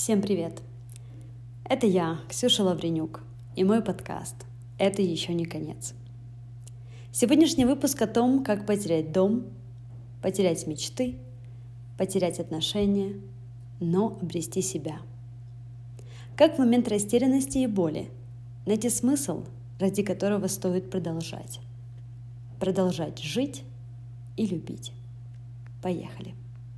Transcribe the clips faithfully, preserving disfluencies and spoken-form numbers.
Всем привет! Это я, Ксюша Лавренюк, и мой подкаст «Это еще не конец». Сегодняшний выпуск о том, как потерять дом, потерять мечты, потерять отношения, но обрести себя. Как в момент растерянности и боли найти смысл, ради которого стоит продолжать. Продолжать жить и любить. Поехали!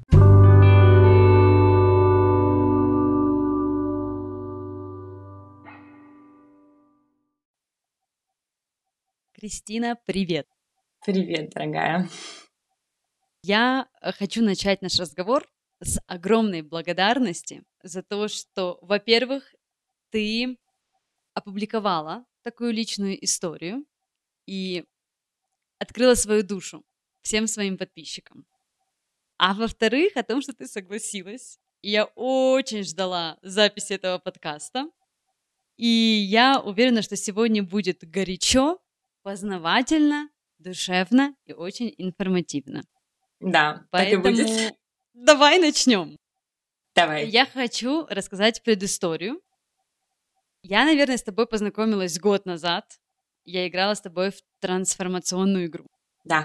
Кристина, привет! Привет, дорогая! Я хочу начать наш разговор с огромной благодарности за то, что, во-первых, ты опубликовала такую личную историю и открыла свою душу всем своим подписчикам. А во-вторых, о том, что ты согласилась. И я очень ждала записи этого подкаста. И я уверена, что сегодня будет горячо, познавательно, душевно и очень информативно. Да, Поэтому так и будет. Давай начнем. Давай. Я хочу рассказать предысторию. Я, наверное, с тобой познакомилась год назад. Я играла с тобой в трансформационную игру. Да.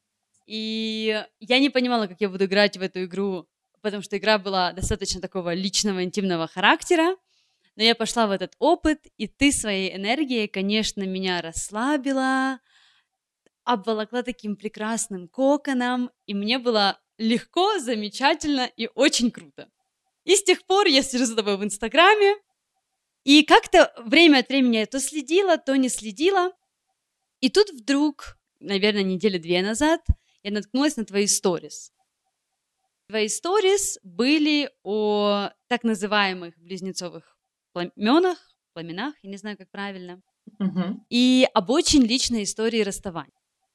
И я не понимала, как я буду играть в эту игру, потому что игра была достаточно такого личного, интимного характера. Но я пошла в этот опыт, и ты своей энергией, конечно, меня расслабила, обволокла таким прекрасным коконом, и мне было легко, замечательно и очень круто. И с тех пор я сижу за тобой в Инстаграме, и как-то время от времени я то следила, то не следила. И тут вдруг, наверное, недели две назад, я наткнулась на твои сторис. Твои сторис были о так называемых близнецовых пламенах, пламенах, я не знаю, как правильно, Угу. и об очень личной истории расставания.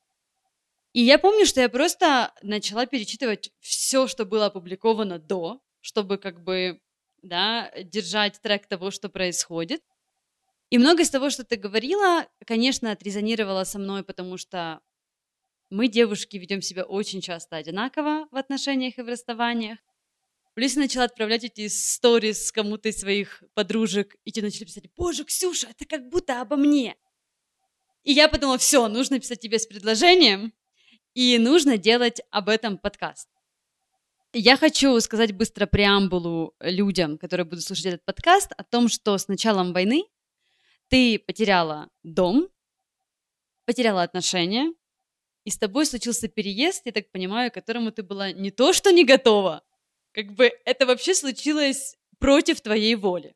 И я помню, что я просто начала перечитывать все, что было опубликовано до, чтобы как бы, да, держать трек того, что происходит. И многое из того, что ты говорила, конечно, отрезонировало со мной, потому что мы, девушки, ведем себя очень часто одинаково в отношениях и в расставаниях. Плюс я начала отправлять эти сторис кому-то из своих подружек, и те начали писать: «Боже, Ксюша, это как будто обо мне». И я подумала: все, нужно писать тебе с предложением, и нужно делать об этом подкаст. Я хочу сказать быстро преамбулу людям, которые будут слушать этот подкаст, о том, что с началом войны ты потеряла дом, потеряла отношения, и с тобой случился переезд, я так понимаю, к которому ты была не то что не готова, как бы это вообще случилось против твоей воли.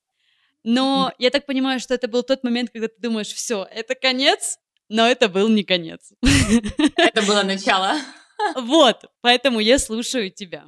Но я так понимаю, что это был тот момент, когда ты думаешь: все, это конец, но это был не конец. Это было начало. Вот, поэтому я слушаю тебя.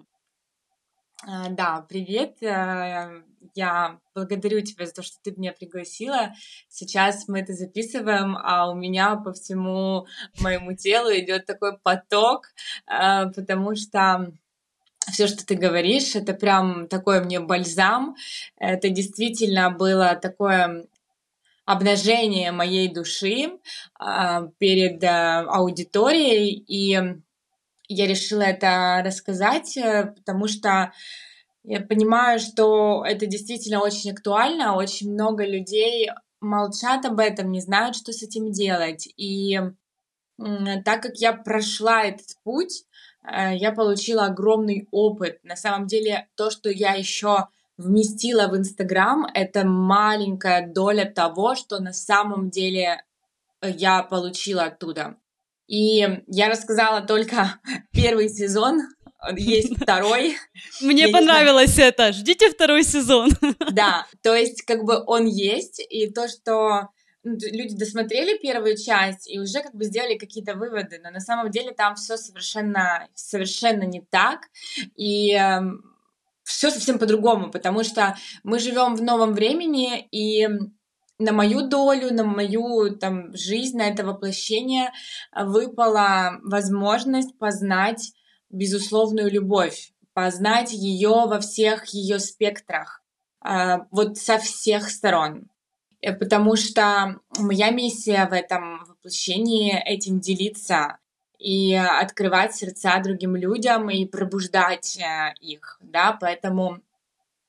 А, Да, привет. э, Я благодарю тебя за то, что ты меня пригласила. Сейчас мы это записываем, а у меня по всему моему телу идет такой поток, э, потому что все, что ты говоришь, это прям такой мне бальзам. Это действительно было такое обнажение моей души а, перед а, аудиторией, и я решила это рассказать, э, потому что я понимаю, что это действительно очень актуально, очень много людей молчат об этом, не знают, что с этим делать. И м, так как я прошла этот путь, э, я получила огромный опыт. На самом деле, то, что я еще вместила в Инстаграм, это маленькая доля того, что на самом деле э, я получила оттуда. И я рассказала только первый сезон, э, есть второй. Мне Я не знаю. понравилось это. Ждите второй сезон. Да, то есть как бы он есть, и то, что ну, д- люди досмотрели первую часть и уже как бы сделали какие-то выводы, но на самом деле там все совершенно, совершенно не так, и все совсем по-другому, потому что мы живем в новом времени, и на мою долю, на мою там жизнь, на это воплощение а, выпала возможность познать безусловную любовь, познать ее во всех ее спектрах, а, вот со всех сторон. Э, Потому что моя миссия в этом воплощении этим делиться и открывать сердца другим людям и пробуждать э, их, да, поэтому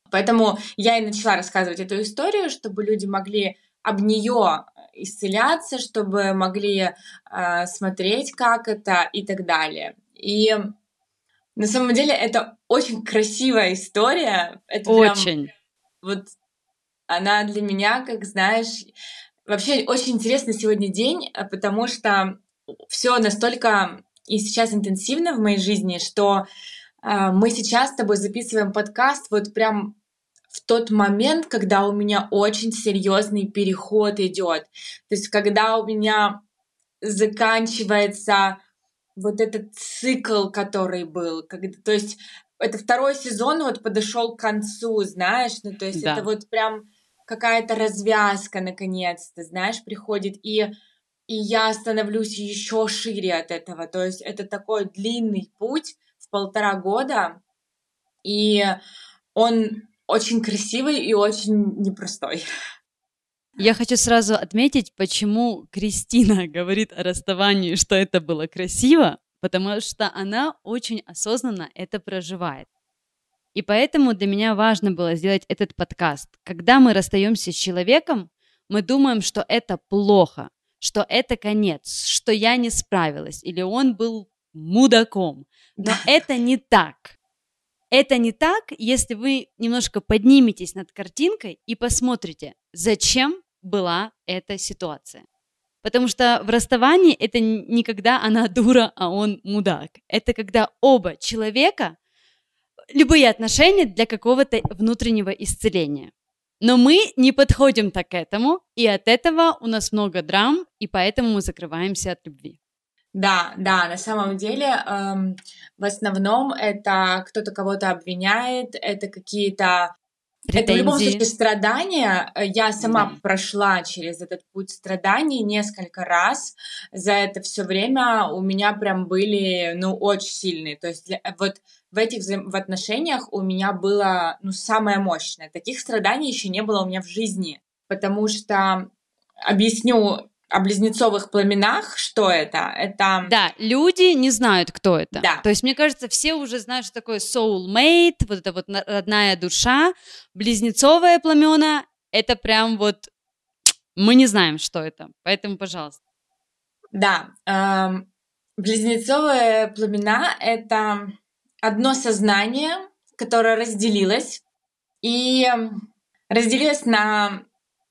Поэтому я и начала рассказывать эту историю, чтобы люди могли об нее исцеляться, чтобы могли э, смотреть, как это и так далее. И на самом деле это очень красивая история. Это прям Очень. вот она для меня, как знаешь, вообще очень интересный сегодня день, э, потому что все настолько и сейчас интенсивно в моей жизни, что э, мы сейчас с тобой записываем подкаст вот прям в тот момент, когда у меня очень серьезный переход идет. То есть, когда у меня заканчивается вот этот цикл, который был. Когда, то есть, это второй сезон вот подошел к концу, знаешь, ну, то есть, это Да. вот прям какая-то развязка, наконец-то, знаешь, приходит, и, и я становлюсь еще шире от этого. То есть, это такой длинный путь в полтора года, и он очень красивый и очень непростой. Я хочу сразу отметить, почему Кристина говорит о расставании, что это было красиво, потому что она очень осознанно это проживает. И поэтому для меня важно было сделать этот подкаст. Когда мы расстаемся с человеком, мы думаем, что это плохо, что это конец, что я не справилась, или он был мудаком. Но Да. это не так. Это не так, если вы немножко подниметесь над картинкой и посмотрите, зачем была эта ситуация. Потому что в расставании это не когда она дура, а он мудак. Это когда оба человека, любые отношения для какого-то внутреннего исцеления. Но мы не подходим так к этому, и от этого у нас много драм, и поэтому мы закрываемся от любви. Да, да, на самом деле эм, в основном это кто-то кого-то обвиняет, это какие-то... Это в любом Претензии. случае страдания. Э, Я сама Да. прошла через этот путь страданий несколько раз. За это все время у меня прям были, ну, очень сильные. То есть для- вот в этих взаим- в отношениях у меня было, ну, самое мощное. Таких страданий еще не было у меня в жизни. Потому что объясню о близнецовых пламенах, что это. Это, Да, люди не знают, кто это. да, То есть, мне кажется, все уже знают, что такое soulmate, вот это вот на- родная душа, близнецовое пламена, это прям вот мы не знаем, что это. Поэтому, пожалуйста. да. эм, Близнецовые пламена — это одно сознание, которое разделилось, и эм, разделилось на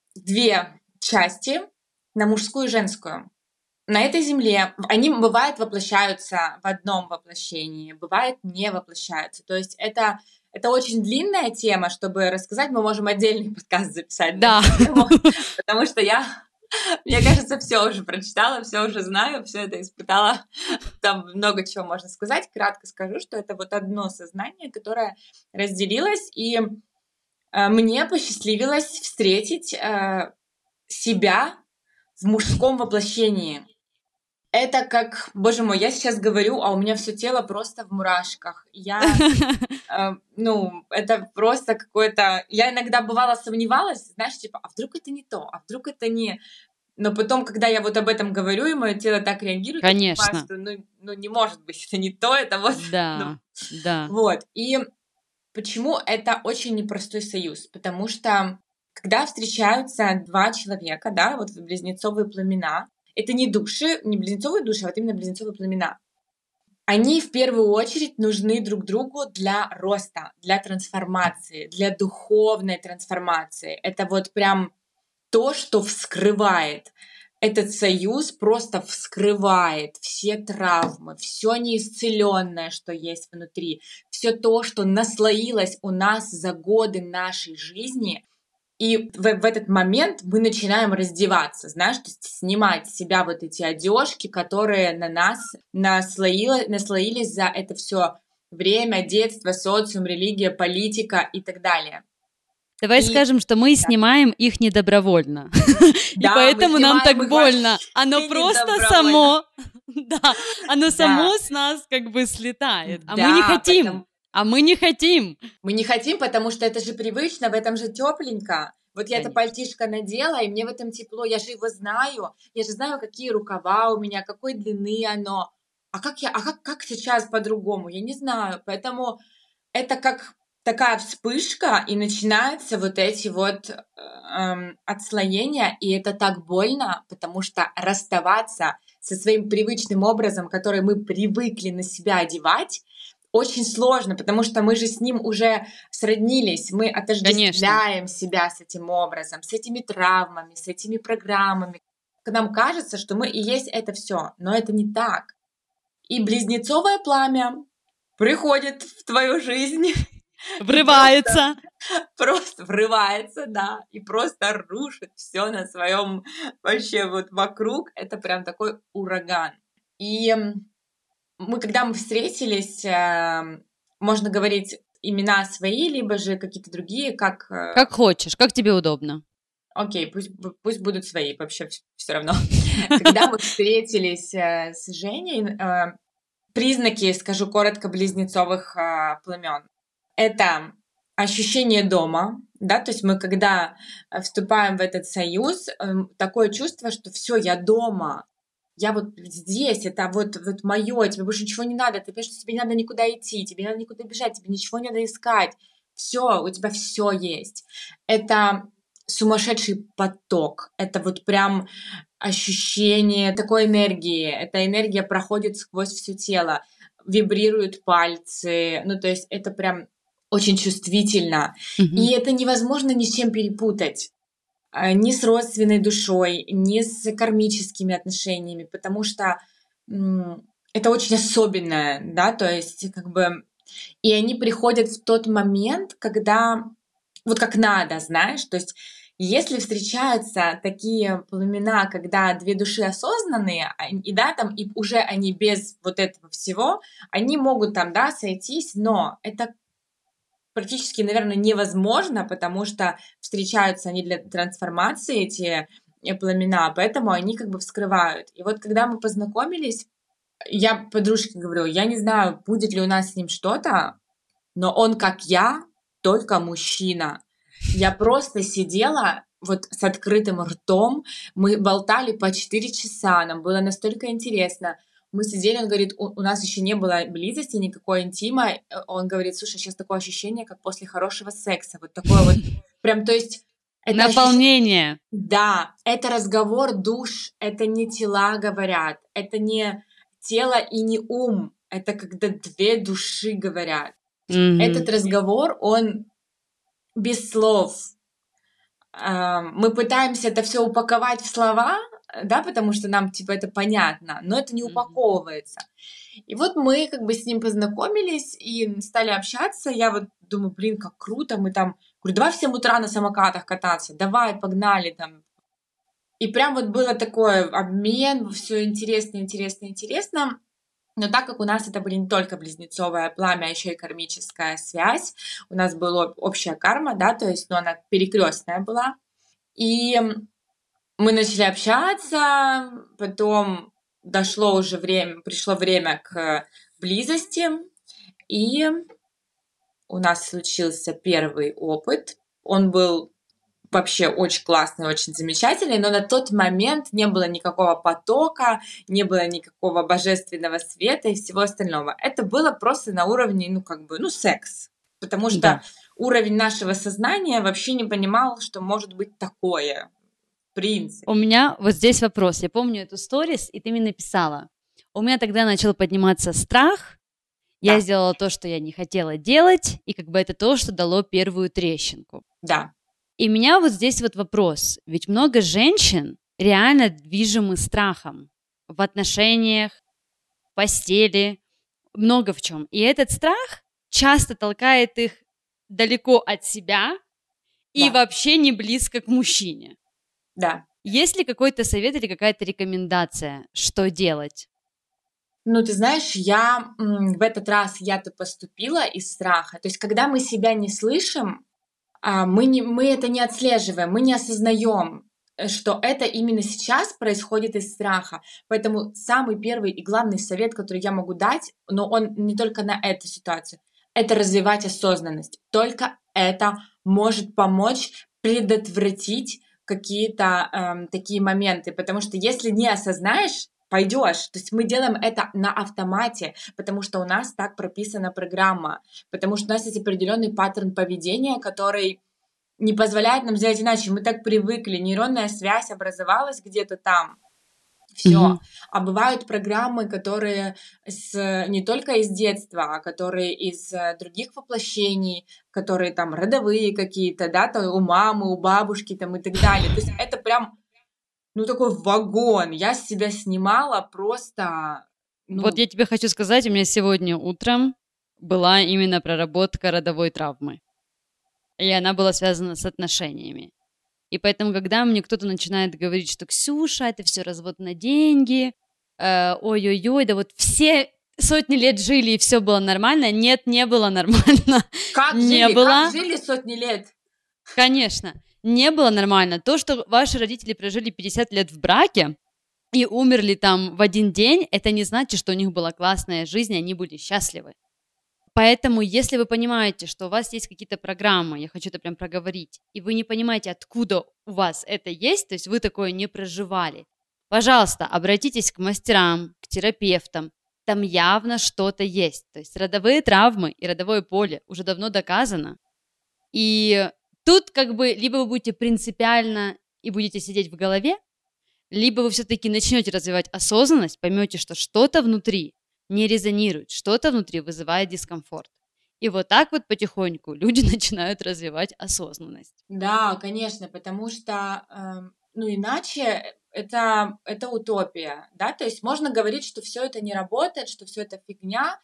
две части, на мужскую и женскую. На этой земле они, бывает, воплощаются в одном воплощении, бывает, не воплощаются. То есть это, это очень длинная тема, чтобы рассказать, мы можем отдельный подкаст записать на Да. эту тему, потому что я, мне кажется, все уже прочитала, все уже знаю, все это испытала. Там много чего можно сказать. Кратко скажу, что это вот одно сознание, которое разделилось, и э, мне посчастливилось встретить э, себя в мужском воплощении. Это как, боже мой, я сейчас говорю, а у меня все тело просто в мурашках. Я, э, ну, это просто какое-то... Я иногда бывало сомневалась, знаешь, типа, а вдруг это не то, а вдруг это не... Но потом, когда я вот об этом говорю, и мое тело так реагирует, я понимаю, Конечно. что ну, ну не может быть, это не то, это вот... ну, Да, да. вот. И почему это очень непростой союз? Потому что когда встречаются два человека, да, вот близнецовые пламена, это не души, не близнецовые души, а вот именно близнецовые пламена. Они в первую очередь нужны друг другу для роста, для трансформации, для духовной трансформации. Это вот прям то, что вскрывает. Этот союз просто вскрывает все травмы, все неисцеленное, что есть внутри, все то, что наслоилось у нас за годы нашей жизни. И в, в этот момент мы начинаем раздеваться, знаешь, то есть снимать с себя вот эти одежки, которые на нас наслоило, наслоились за это все время, детство, социум, религия, политика и так далее. Давай И скажем, что мы снимаем их недобровольно. И да, мы поэтому нам снимаем так их больно. вообще Оно просто недобровольно. само, да, оно Да, само с нас как бы слетает. А мы не да, хотим. потому А мы не хотим. мы не хотим, потому что это же привычно, в этом же тепленько. Вот я это Конечно. пальтишко надела, и мне в этом тепло. Я же его знаю. Я же знаю, какие рукава у меня, какой длины оно. А как я, а как, как сейчас по-другому? Я не знаю. Поэтому это как такая вспышка, и начинаются вот эти вот эм, отслоения, и это так больно, потому что расставаться со своим привычным образом, который мы привыкли на себя одевать, очень сложно, потому что мы же с ним уже сроднились, мы Конечно. отождествляем себя с этим образом, с этими травмами, с этими программами. Нам кажется, что мы и есть это все, но это не так. И близнецовое пламя приходит в твою жизнь и просто, Врывается. просто врывается, да, и просто рушит все на своем вообще вот вокруг. Это прям такой ураган. И м, мы, когда мы встретились, э, можно говорить имена свои, либо же какие-то другие, как... э, Как хочешь, как тебе удобно. Окей, пусть, бу- пусть будут свои, вообще все равно. Когда мы встретились э, с Женей, э, признаки, скажу коротко, близнецовых а, племен. Это ощущение дома, да, то есть мы, когда э, вступаем в этот союз, эм, такое чувство, что все, я дома, я вот здесь, это вот, вот мое, тебе больше ничего не надо, ты понимаешь, что тебе не надо никуда идти, тебе не надо никуда бежать, тебе ничего не надо искать, все, у тебя все есть. Это сумасшедший поток, это вот прям ощущение такой энергии. Эта энергия проходит сквозь все тело, вибрируют пальцы. Ну, то есть это прям очень чувствительно. Мгм. И это невозможно ни с чем перепутать. А, Ни с родственной душой, ни с кармическими отношениями, потому что м, это очень особенное, да, то есть как бы... И они приходят в тот момент, когда вот как надо, знаешь, то есть если встречаются такие племена, когда две души осознанные, а, и да, там и уже они без вот этого всего, они могут там, да, сойтись, но это практически, наверное, невозможно, потому что встречаются они для трансформации, эти э, племена, поэтому они как бы вскрывают. И вот когда мы познакомились, я подружке говорю, я не знаю, будет ли у нас с ним что-то, но он, как я, только мужчина. Я просто сидела вот с открытым ртом, мы болтали по четыре часа, нам было настолько интересно. Мы сидели, он говорит, у, у нас еще не было близости, никакой интима. Э, Он говорит, слушай, сейчас такое ощущение, как после хорошего секса. Вот такое вот, прям, то есть, это ощущение... Наполнение. Да, это разговор душ, это не тела говорят, это не тело и не ум, это когда две души говорят. Этот Мгм. разговор, он без слов. А, Мы пытаемся это все упаковать в слова, э, да, потому что нам типа это понятно, но это не Мгм. упаковывается. И вот мы как бы с ним познакомились и стали общаться. Я вот думаю, блин, как круто, мы там, говорю, давай в семь утра на самокатах кататься, давай, погнали там. И прям вот было такой обмен, все интересно, интересно, интересно. Но так как у нас это были не только близнецовое пламя, а еще и кармическая связь, у нас была общая карма, да, то есть, ну, она перекрестная была. И мы начали общаться, потом дошло уже время, пришло время к близости, и у нас случился первый опыт. Он был вообще очень классный, очень замечательный, но на тот момент не было никакого потока, не было никакого божественного света и всего остального. Это было просто на уровне, ну, как бы, ну, секс. Потому что Да. уровень нашего сознания вообще не понимал, что может быть такое, в принципе. У меня вот здесь вопрос. Я помню эту сторис, и ты мне написала. У меня тогда начал подниматься страх. Я Да, сделала то, что я не хотела делать, и как бы это то, что дало первую трещинку. да, И у меня вот здесь вот вопрос. Ведь много женщин реально движимы страхом в отношениях, в постели, много в чем. И этот страх часто толкает их далеко от себя и да, вообще не близко к мужчине. да. Есть ли какой-то совет или какая-то рекомендация, что делать? Ну, ты знаешь, я м, в этот раз я-то поступила из страха. То есть, когда мы себя не слышим, а, мы, не, мы это не отслеживаем, мы не осознаем, э, что это именно сейчас происходит из страха. Поэтому самый первый и главный совет, который я могу дать, но он не только на эту ситуацию, это развивать осознанность. Только это может помочь предотвратить какие-то эм, такие моменты. Потому что если не осознаешь, пойдешь. То есть мы делаем это на автомате, потому что у нас так прописана программа, потому что у нас есть определенный паттерн поведения, который не позволяет нам сделать иначе. Мы так привыкли, нейронная связь образовалась где-то там, все. Мгм. А бывают программы, которые с, не только из детства, а которые из э, других воплощений, которые там родовые какие-то, да, там у мамы, у бабушки там и так далее. То есть это прям, ну, такой вагон. Я с себя снимала просто, Вот ну, я тебе хочу сказать, у меня сегодня утром была именно проработка родовой травмы. И она была связана с отношениями. И поэтому, когда мне кто-то начинает говорить, что Ксюша, это все развод на деньги, э, ой-ой-ой, да вот все сотни лет жили и все было нормально. Нет, не было нормально. как Не жили, было, как жили сотни лет? конечно, не было нормально. То, что ваши родители прожили пятьдесят лет в браке и умерли там в один день, это не значит, что у них была классная жизнь, и они были счастливы. Поэтому, если вы понимаете, что у вас есть какие-то программы, я хочу это прям проговорить, и вы не понимаете, откуда у вас это есть, то есть вы такое не проживали, пожалуйста, обратитесь к мастерам, к терапевтам, там явно что-то есть. То есть родовые травмы и родовое поле уже давно доказано. И тут как бы либо вы будете принципиально и будете сидеть в голове, либо вы все-таки начнете развивать осознанность, поймете, что что-то внутри не резонирует, что-то внутри вызывает дискомфорт. И вот так вот потихоньку люди начинают развивать осознанность. Да, конечно, потому что, эм, ну, иначе это, это утопия, да, то есть можно говорить, что все это не работает, что все это фигня,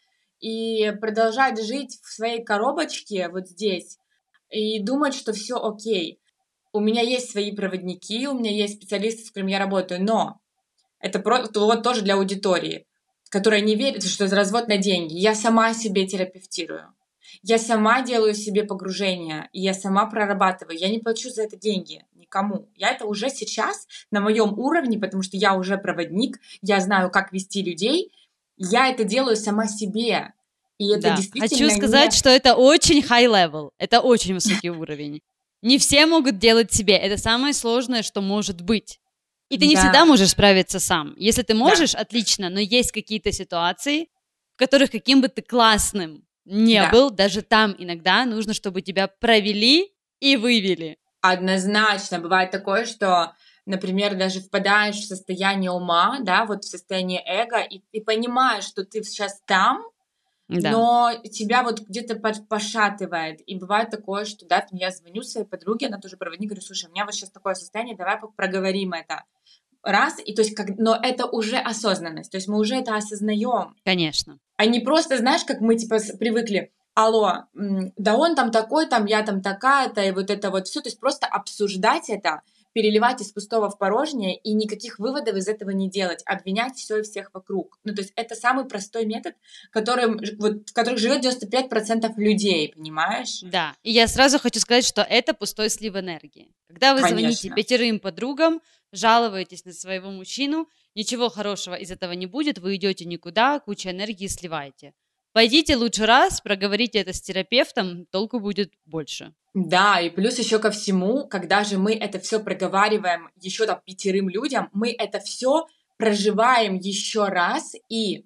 и продолжать жить в своей коробочке вот здесь и думать, что все окей. У меня есть свои проводники, у меня есть специалисты, с которыми я работаю, но это про, то вот тоже для аудитории, которая не верит, что это развод на деньги. Я сама себе терапевтирую. Я сама делаю себе погружение, и я сама прорабатываю. Я не плачу за это деньги никому. Я это уже сейчас на моем уровне, потому что я уже проводник, я знаю, как вести людей. Я это делаю сама себе. И это Да, хочу действительно сказать, не... что это очень high level, это очень высокий уровень. Не все могут делать себе, это самое сложное, что может быть. И ты не всегда Да, можешь справиться сам. Если ты да, можешь, отлично, но есть какие-то ситуации, в которых каким бы ты классным не да. был, даже там иногда нужно, чтобы тебя провели и вывели. Однозначно. Бывает такое, что, например, даже впадаешь в состояние ума, да, вот в состояние эго, и ты понимаешь, что ты сейчас там, Да, но тебя вот где-то под- пошатывает. И бывает такое, что, да, там я звоню своей подруге, она тоже проводник, говорю, слушай, у меня вот сейчас такое состояние, давай по- проговорим это. Раз, и то есть, как, но это уже осознанность, то есть мы уже это осознаем, конечно. а не просто, знаешь, как мы типа с- привыкли, алло, м, да он там такой, там я там такая-то, и вот это вот все, то есть просто обсуждать это, переливать из пустого в порожнее и никаких выводов из этого не делать, обвинять все и всех вокруг. Ну, то есть это самый простой метод, которым, ж- вот, в которых живет девяносто пять процентов людей, понимаешь? Да, и я сразу хочу сказать, что это пустой слив энергии. Когда вы звоните Конечно. пятерым подругам, жалуетесь на своего мужчину, ничего хорошего из этого не будет, вы идете никуда, куча энергии сливаете. Пойдите лучше раз, проговорите это с терапевтом, толку будет больше. Да, и плюс еще ко всему, когда же мы это все проговариваем еще там пятерым людям, мы это все проживаем еще раз и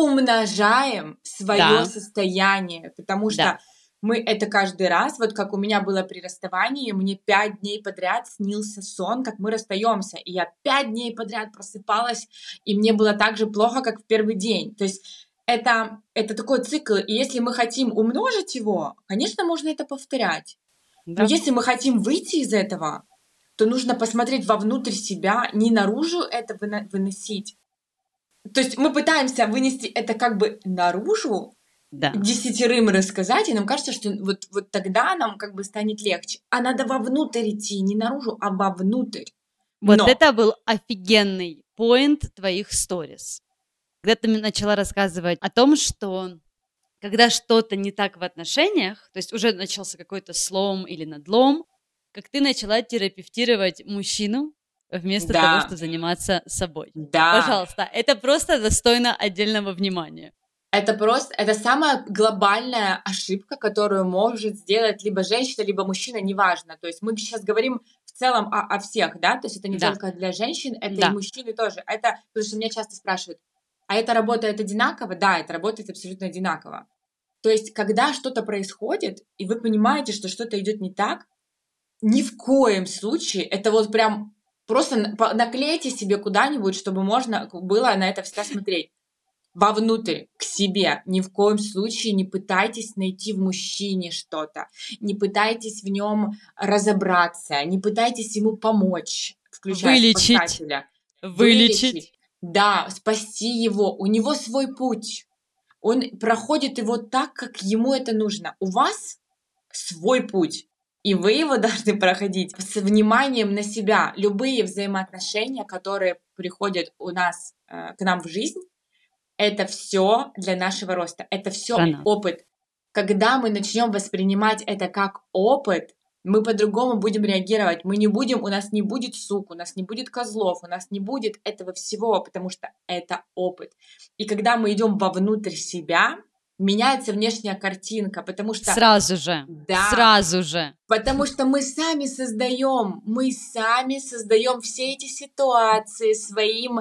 умножаем свое Да, состояние, потому да. что мы это каждый раз, вот как у меня было при расставании, мне пять дней подряд снился сон, как мы расстаемся, и я пять дней подряд просыпалась, и мне было так же плохо, как в первый день. То есть это, это такой цикл, и если мы хотим умножить его, конечно, можно это повторять. Но Да. если мы хотим выйти из этого, то нужно посмотреть вовнутрь себя, не наружу это выно- выносить. То есть мы пытаемся вынести это как бы наружу, Да. десятерым рассказать, и нам кажется, что вот, вот тогда нам как бы станет легче. А надо вовнутрь идти, не наружу, а вовнутрь. Вот Но, это был офигенный поинт твоих сторис. Когда ты мне начала рассказывать о том, что когда что-то не так в отношениях, то есть уже начался какой-то слом или надлом, как ты начала терапевтировать мужчину вместо того, да, чтобы заниматься собой. да, Пожалуйста, это просто достойно отдельного внимания. это просто, это самая глобальная ошибка, которую может сделать либо женщина, либо мужчина, неважно. То есть мы сейчас говорим в целом о, о всех, да, то есть это не Да, только для женщин, это и да, мужчины тоже. Это, потому что меня часто спрашивают, а это работает одинаково? Да, это работает абсолютно одинаково. То есть, когда что-то происходит, и вы понимаете, что что-то идет не так, ни в коем случае, это вот прям просто на- по- наклейте себе куда-нибудь, чтобы можно было на это всегда смотреть. Вовнутрь, к себе. Ни в коем случае не пытайтесь найти в мужчине что-то. Не пытайтесь в нем разобраться. Не пытайтесь ему помочь, включая вылечить, спасателя. Вылечить. вылечить. Да, спасти его. У него свой путь. Он проходит его так, как ему это нужно. У вас свой путь. И вы его должны проходить с вниманием на себя. Любые взаимоотношения, которые приходят у нас э, к нам в жизнь, это все для нашего роста. Это Про все нас. опыт. Когда мы начнем воспринимать это как опыт, мы по-другому будем реагировать. Мы не будем, у нас не будет сук, у нас не будет козлов, у нас не будет этого всего, потому что это опыт. И когда мы идем вовнутрь себя, меняется внешняя картинка, потому что Сразу же, да, сразу же. потому что мы сами создаем, мы сами создаем все эти ситуации своим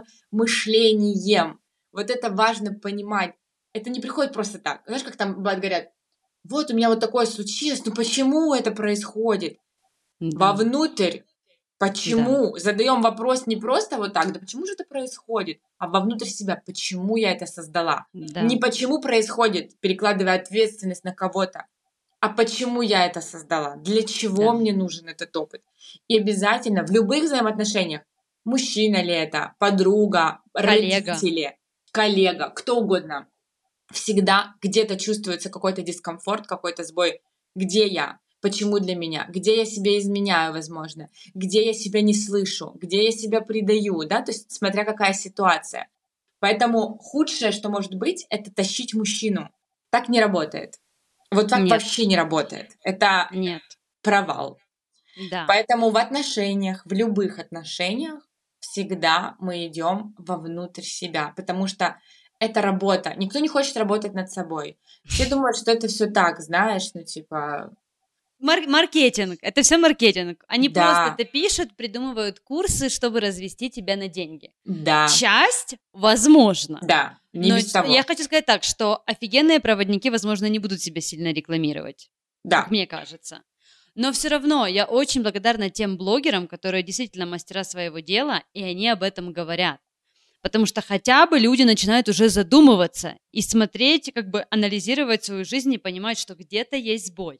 мышлением. Вот это важно понимать. Это не приходит просто так. Знаешь, как там бывает говорят, вот у меня вот такое случилось, ну почему это происходит? Да, Вовнутрь, да, почему? Задаем вопрос не просто вот так, да почему же это происходит, а вовнутрь себя, почему я это создала? Не да, почему происходит, перекладывая ответственность на кого-то, а почему я это создала? Для чего да. мне нужен этот опыт? И обязательно в любых взаимоотношениях, мужчина ли это, подруга, Коллега. родители, коллега, кто угодно, всегда где-то чувствуется какой-то дискомфорт, какой-то сбой. Где я? Почему для меня? Где я себе изменяю, возможно? Где я себя не слышу? Где я себя предаю? Да? То есть смотря какая ситуация. Поэтому худшее, что может быть, это тащить мужчину. Так не работает. Вот так Нет, вообще не работает. Это нет, провал. да. Поэтому в отношениях, в любых отношениях всегда мы идем вовнутрь себя, потому что это работа. Никто не хочет работать над собой. Все думают, что это все так, знаешь, ну типа, Мар- маркетинг. Это все маркетинг. Они просто да, это пишут, придумывают курсы, чтобы развести тебя на деньги. да, Часть, возможно. да, не Но без ч- я того. хочу сказать так, что офигенные проводники, возможно, не будут себя сильно рекламировать, как Да, мне кажется. Но все равно я очень благодарна тем блогерам, которые действительно мастера своего дела, и они об этом говорят. Потому что хотя бы люди начинают уже задумываться и смотреть, как бы анализировать свою жизнь и понимать, что где-то есть сбой.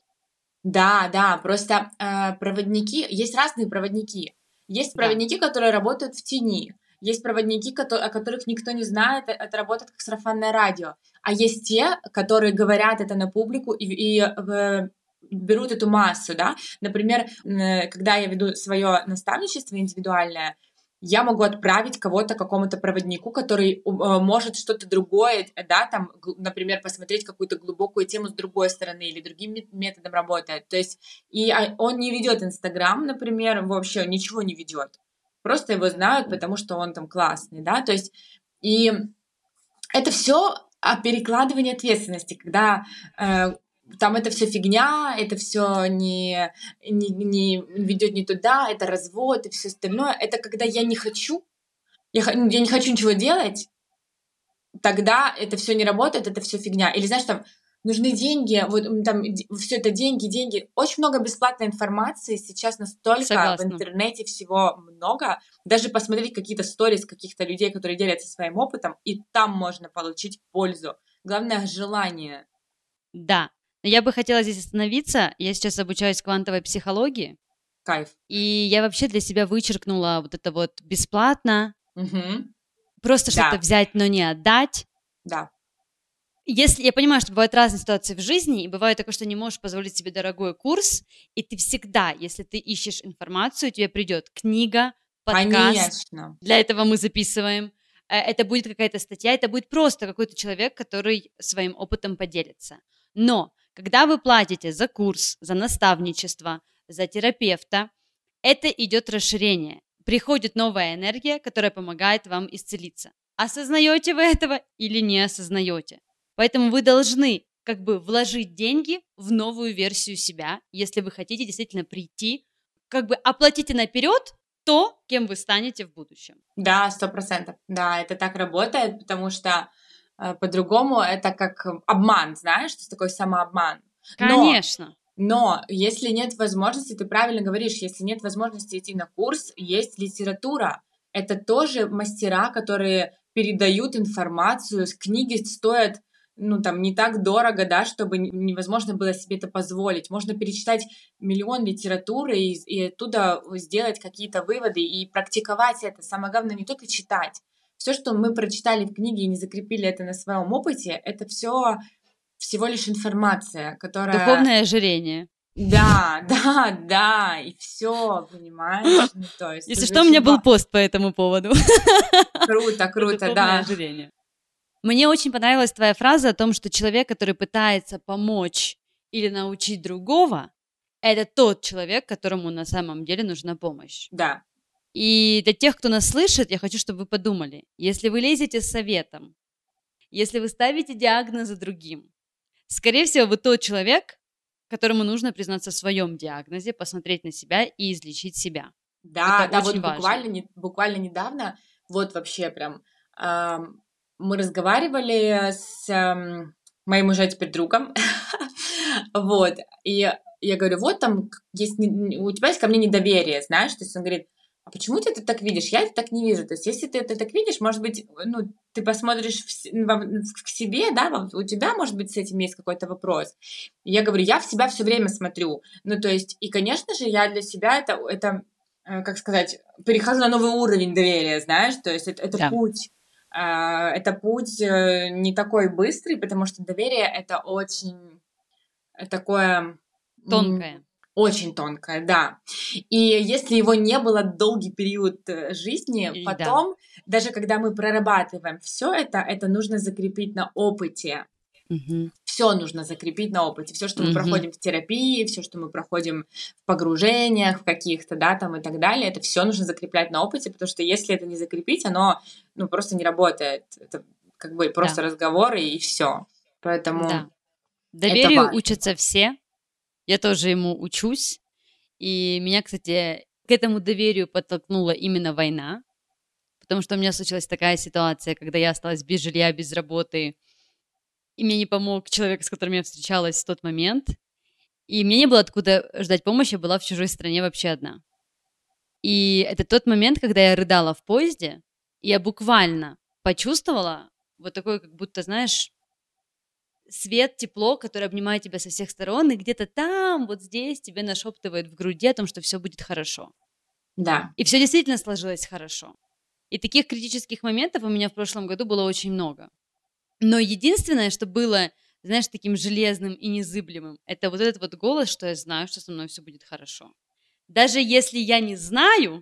да, да, просто э, проводники, есть разные проводники. Есть Да, проводники, которые работают в тени. Есть проводники, кото- о которых никто не знает, э- это работает как сарафанное радио. А есть те, которые говорят это на публику и, и, э, берут эту массу, да. Например, э, когда я веду свое наставничество индивидуальное, я могу отправить кого-то к какому-то проводнику, который э, может что-то другое, да, там, г- например, посмотреть какую-то глубокую тему с другой стороны или другим мет- методом работает. То есть и а, он не ведет Инстаграм, например, вообще ничего не ведет. Просто его знают, потому что он там классный, да. То есть и это все о перекладывании ответственности, когда э, там это все фигня, это все не, не, не ведет не туда, это развод и все остальное. Это когда я не хочу, я, х- я не хочу ничего делать, тогда это все не работает, это все фигня. Или знаешь, там нужны деньги, вот м, там все это деньги, деньги. Очень много бесплатной информации сейчас настолько в согласна. интернете всего много. Даже посмотреть какие-то сторис каких-то людей, которые делятся своим опытом, и там можно получить пользу. Главное желание. Да. Но я бы хотела здесь остановиться. Я сейчас обучаюсь квантовой психологии, Кайф. и я вообще для себя вычеркнула вот это вот бесплатно, Мгм. просто что-то Да, взять, но не отдать. да, Если я понимаю, что бывают разные ситуации в жизни, и бывает такое, что не можешь позволить себе дорогой курс, и ты всегда, если ты ищешь информацию, тебе придет книга, подкаст, конечно. для этого мы записываем, э, это будет какая-то статья, это будет просто какой-то человек, который своим опытом поделится. Но когда вы платите за курс, за наставничество, за терапевта, это идет расширение. Приходит новая энергия, которая помогает вам исцелиться. Осознаете вы этого или не осознаете? Поэтому вы должны как бы вложить деньги в новую версию себя, если вы хотите действительно прийти как бы оплатите наперед то, кем вы станете в будущем. Да, сто процентов. Да, это так работает, потому что э, по-другому это как обман, знаешь, что такое самообман. Но, Конечно. но если нет возможности, ты правильно говоришь, если нет возможности идти на курс, есть литература. Это тоже мастера, которые передают информацию. Книги стоят, ну, там, не так дорого, да, чтобы невозможно было себе это позволить. Можно перечитать миллион литературы и, и оттуда сделать какие-то выводы и практиковать это. Самое главное не только читать. Все, что мы прочитали в книге и не закрепили это на своем опыте, это все всего лишь информация, которая... Духовное ожирение. Да, да, да, и все, понимаешь? Ну, то есть, если что, у меня был пост по этому поводу. Круто, круто, да. Ожирение. Мне очень понравилась твоя фраза о том, что человек, который пытается помочь или научить другого, это тот человек, которому на самом деле нужна помощь. Да. И для тех, кто нас слышит, я хочу, чтобы вы подумали, если вы лезете с советом, если вы ставите диагнозы другим, скорее всего, вы тот человек, которому нужно признаться в своем диагнозе, посмотреть на себя и излечить себя. Да, это да, очень вот важно. буквально, не, буквально недавно, вот вообще прям, э, мы разговаривали с э, моим уже теперь другом, вот, и я говорю, вот там есть, у тебя есть ко мне недоверие, знаешь, то есть он говорит, а почему ты это так видишь? Я это так не вижу. То есть, если ты это так видишь, может быть, ну, ты посмотришь в, в, к себе, да, у тебя, может быть, с этим есть какой-то вопрос. И я говорю, я в себя все время смотрю. Ну, то есть, и, конечно же, я для себя это, это как сказать, перехожу на новый уровень доверия, знаешь, то есть, это, это Да. путь. Это путь не такой быстрый, потому что доверие это очень такое... Тонкое. Очень тонкое, да. И если его не было долгий период жизни, И потом, да. даже когда мы прорабатываем все это, это нужно закрепить на опыте. Угу. Все нужно закрепить на опыте. Все, что мы угу. проходим в терапии, все, что мы проходим в погружениях, в каких-то, да, там и так далее, это все нужно закреплять на опыте, потому что если это не закрепить, оно, ну, просто не работает. Это как бы просто да. разговоры и все. Поэтому да. Доверию учатся все. Я тоже ему учусь, и меня, кстати, к этому доверию подтолкнула именно война, потому что у меня случилась такая ситуация, когда я осталась без жилья, без работы, и мне не помог человек, с которым я встречалась в тот момент, и мне не было откуда ждать помощи, я была в чужой стране вообще одна. И это тот момент, когда я рыдала в поезде, и я буквально почувствовала вот такой, как будто, знаешь, свет, тепло, которое обнимает тебя со всех сторон, и где-то там, вот здесь тебе нашептывает в груди о том, что все будет хорошо. Да. И все действительно сложилось хорошо. И таких критических моментов у меня в прошлом году было очень много. Но единственное, что было, знаешь, таким железным и незыблемым, это вот этот вот голос, что я знаю, что со мной все будет хорошо. Даже если я не знаю,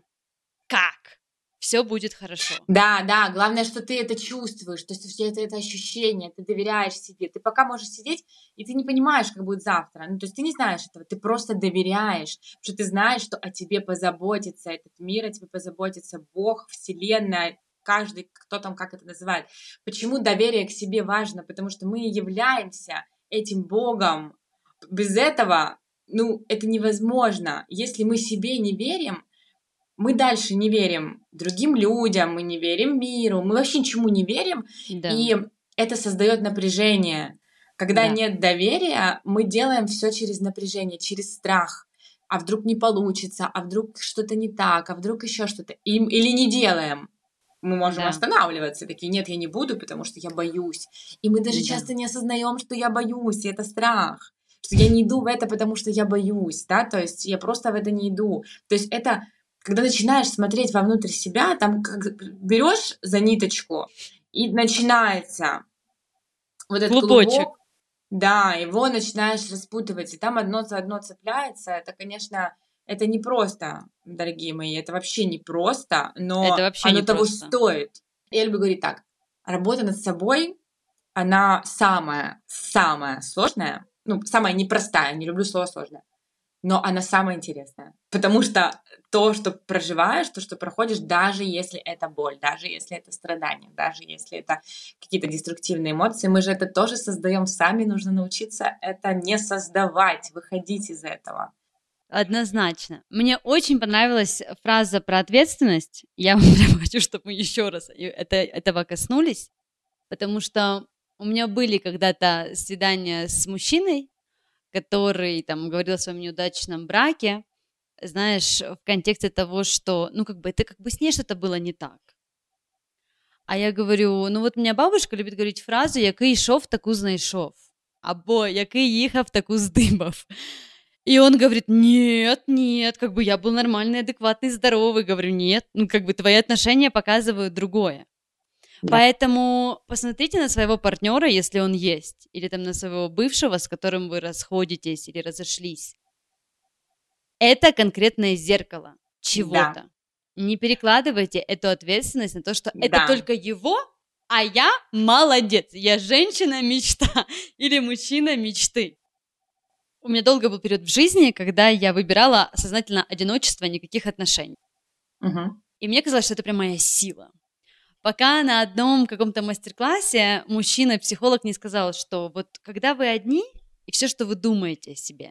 как, все будет хорошо. Да, да, главное, что ты это чувствуешь, то есть у тебя это, это ощущение, ты доверяешь себе. Ты пока можешь сидеть, и ты не понимаешь, как будет завтра. Ну, то есть ты не знаешь этого, ты просто доверяешь, потому что ты знаешь, что о тебе позаботится этот мир, о тебе позаботится Бог, Вселенная, каждый, кто там, как это называет. Почему доверие к себе важно? Потому что мы являемся этим Богом. Без этого, ну, это невозможно. Если мы себе не верим, мы дальше не верим другим людям, мы не верим миру, мы вообще ничему не верим, да. и это создает напряжение. Когда да. нет доверия, мы делаем все через напряжение, через страх. А вдруг не получится, а вдруг что-то не так, а вдруг еще что-то. И, или не делаем. Мы можем да. останавливаться, такие, нет, я не буду, потому что я боюсь. И мы даже да. часто не осознаем, что я боюсь, и это страх. Что я не иду в это, потому что я боюсь, да, то есть я просто в это не иду. То есть это... Когда начинаешь смотреть вовнутрь себя, там как берешь за ниточку, и начинается вот этот клубочек. клубок, да, его начинаешь распутывать, и там одно за одно цепляется. Это, конечно, это не просто, дорогие мои, это вообще не просто, но это вообще оно не того просто. стоит. Я люблю говорить так, работа над собой, она самая-самая сложная, ну, самая непростая, не люблю слово сложное, но она самая интересная, потому что то, что проживаешь, то, что проходишь, даже если это боль, даже если это страдание, даже если это какие-то деструктивные эмоции, мы же это тоже создаем сами, нужно научиться это не создавать, выходить из этого. Однозначно. Мне очень понравилась фраза про ответственность. Я прям хочу, чтобы мы еще раз это, этого коснулись, потому что у меня были когда-то свидания с мужчиной, который там говорил о своем неудачном браке, знаешь, в контексте того, что, ну, как бы, это как бы с ней что-то было не так. А я говорю, ну, вот у меня бабушка любит говорить фразу «який йшов, таку знайшов», або «який їхав, таку здибав». И он говорит, нет, нет, как бы я был нормальный, адекватный, здоровый. Говорю, нет, ну, как бы твои отношения показывают другое. Да. Поэтому посмотрите на своего партнера, если он есть, или там на своего бывшего, с которым вы расходитесь или разошлись. Это конкретное зеркало чего-то. Да. Не перекладывайте эту ответственность на то, что да. это только его, а я молодец, я женщина-мечта или мужчина мечты. У меня долго был период в жизни, когда я выбирала сознательно одиночество, никаких отношений. Угу. И мне казалось, что это прям моя сила. Пока на одном каком-то мастер-классе мужчина-психолог не сказал, что вот когда вы одни, и все, что вы думаете о себе,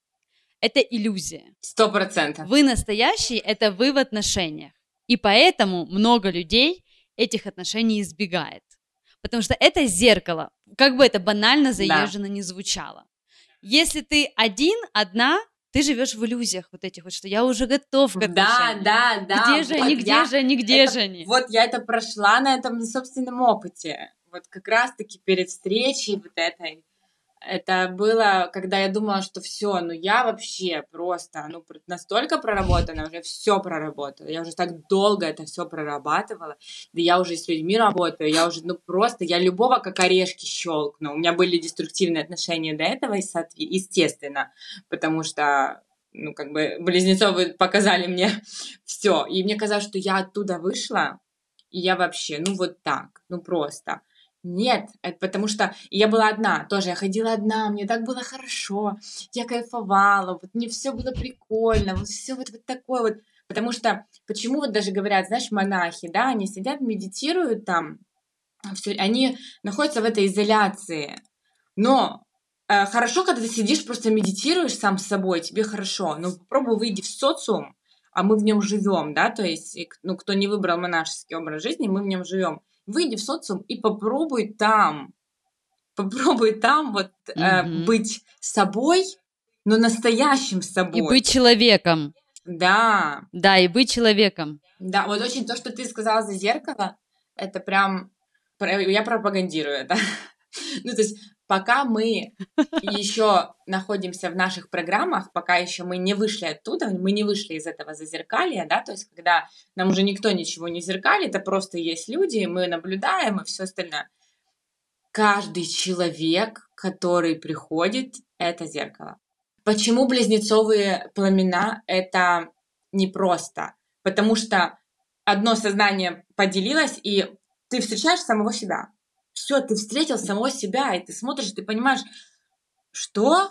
это иллюзия. Сто процентов. Вы настоящий, это вы в отношениях. И поэтому много людей этих отношений избегает. Потому что это зеркало, как бы это банально заезженно да. не звучало. Если ты один, одна, ты живешь в иллюзиях вот этих вот, что я уже готов к отношениям. Да, да, да. Где же вот они, где я, же они, где это, же они? Вот я это прошла на этом собственном опыте. Вот как раз-таки перед встречей вот этой. Это было, когда я думала, что все, ну я вообще просто, ну настолько проработана, уже все проработала. Я уже так долго это все прорабатывала. Да я уже с людьми работаю, я уже, ну просто, я любого как орешки щелкну. У меня были деструктивные отношения до этого, естественно, потому что, ну как бы, Близнецовы показали мне все. И мне казалось, что я оттуда вышла, и я вообще, ну вот так, ну просто... Нет, это потому что я была одна, тоже я ходила одна, мне так было хорошо, я кайфовала, вот мне все было прикольно, вот все вот, вот такое вот, потому что, почему вот даже говорят, знаешь, монахи, да, они сидят, медитируют там, все, они находятся в этой изоляции, но э, хорошо, когда ты сидишь, просто медитируешь сам с собой, тебе хорошо, но попробуй выйди в социум, а мы в нем живем, да, то есть, ну, кто не выбрал монашеский образ жизни, мы в нем живем. Выйди в социум и попробуй там, попробуй там вот mm-hmm. э, быть собой, но настоящим собой. И быть человеком. Да. Да, и быть человеком. Да, вот очень то, что ты сказала за зеркало, это прям, я пропагандирую это. Ну, то есть пока мы еще находимся в наших программах, пока еще мы не вышли оттуда, мы не вышли из этого зазеркалья, да, то есть когда нам уже никто ничего не зеркалит, это просто есть люди, мы наблюдаем и все остальное. Каждый человек, который приходит, это зеркало. Почему близнецовые пламена? Это непросто, потому что одно сознание поделилось, и ты встречаешь самого себя. Все, ты встретил самого себя, и ты смотришь, ты понимаешь, что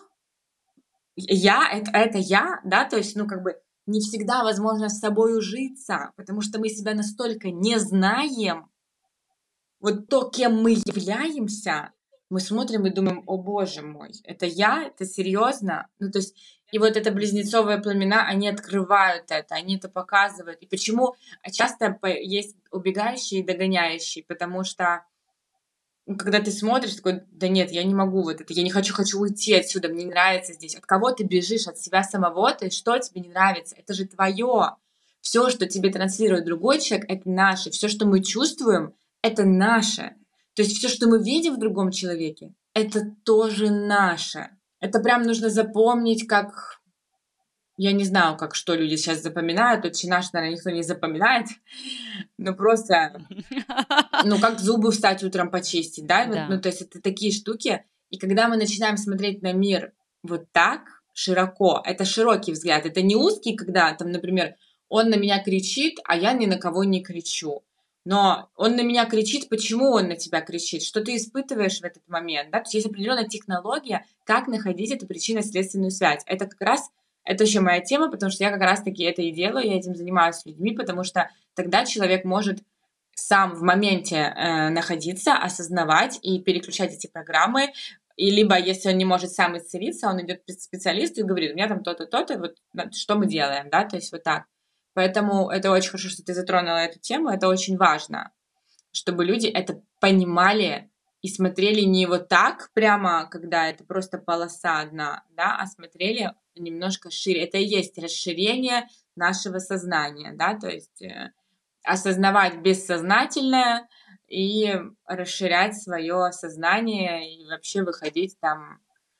я, это, это я, да, то есть, ну, как бы не всегда возможно с собой ужиться, потому что мы себя настолько не знаем, вот то, кем мы являемся, мы смотрим и думаем, о боже мой, это я, это серьезно, ну, то есть, и вот это близнецовые пламена, они открывают это, они это показывают, и почему часто есть убегающие и догоняющие, потому что когда ты смотришь, такой, да нет, я не могу вот это, я не хочу, хочу уйти отсюда, мне не нравится здесь. От кого ты бежишь? От себя самого? То есть что тебе не нравится? Это же твое. Все, что тебе транслирует другой человек, это наше. Все, что мы чувствуем, это наше. То есть все, что мы видим в другом человеке, это тоже наше. Это прям нужно запомнить, как... Я не знаю, как что люди сейчас запоминают. Очень наш, наверное, никто не запоминает. Ну, просто... Ну, как зубы встать утром почистить, да? да. Ну, то есть это такие штуки. И когда мы начинаем смотреть на мир вот так, широко, это широкий взгляд. Это не узкий, когда, там, например, он на меня кричит, а я ни на кого не кричу. Но он на меня кричит, почему он на тебя кричит? Что ты испытываешь в этот момент? Да? То есть есть определенная технология, как находить эту причинно-следственную связь. Это как раз... Это еще моя тема, потому что я как раз-таки это и делаю, я этим занимаюсь с людьми, потому что тогда человек может сам в моменте э, находиться, осознавать и переключать эти программы, И либо, если он не может сам исцелиться, он идет к специалисту и говорит, у меня там то-то, то-то, вот что мы делаем, да, то есть вот так. Поэтому это очень хорошо, что ты затронула эту тему, это очень важно, чтобы люди это понимали и смотрели не вот так прямо, когда это просто полоса одна, да, а смотрели немножко шире. Это и есть расширение нашего сознания, да, то есть э, осознавать бессознательное и расширять свое сознание и вообще выходить там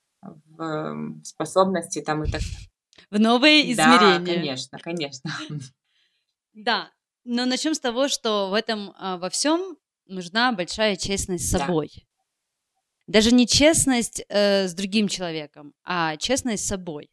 в способности там и так далее. В новые Да, измерения. конечно, конечно. Да, но начнем с того, что в этом а, во всем нужна большая честность с Да. собой. Даже не честность э, с другим человеком, а честность с собой.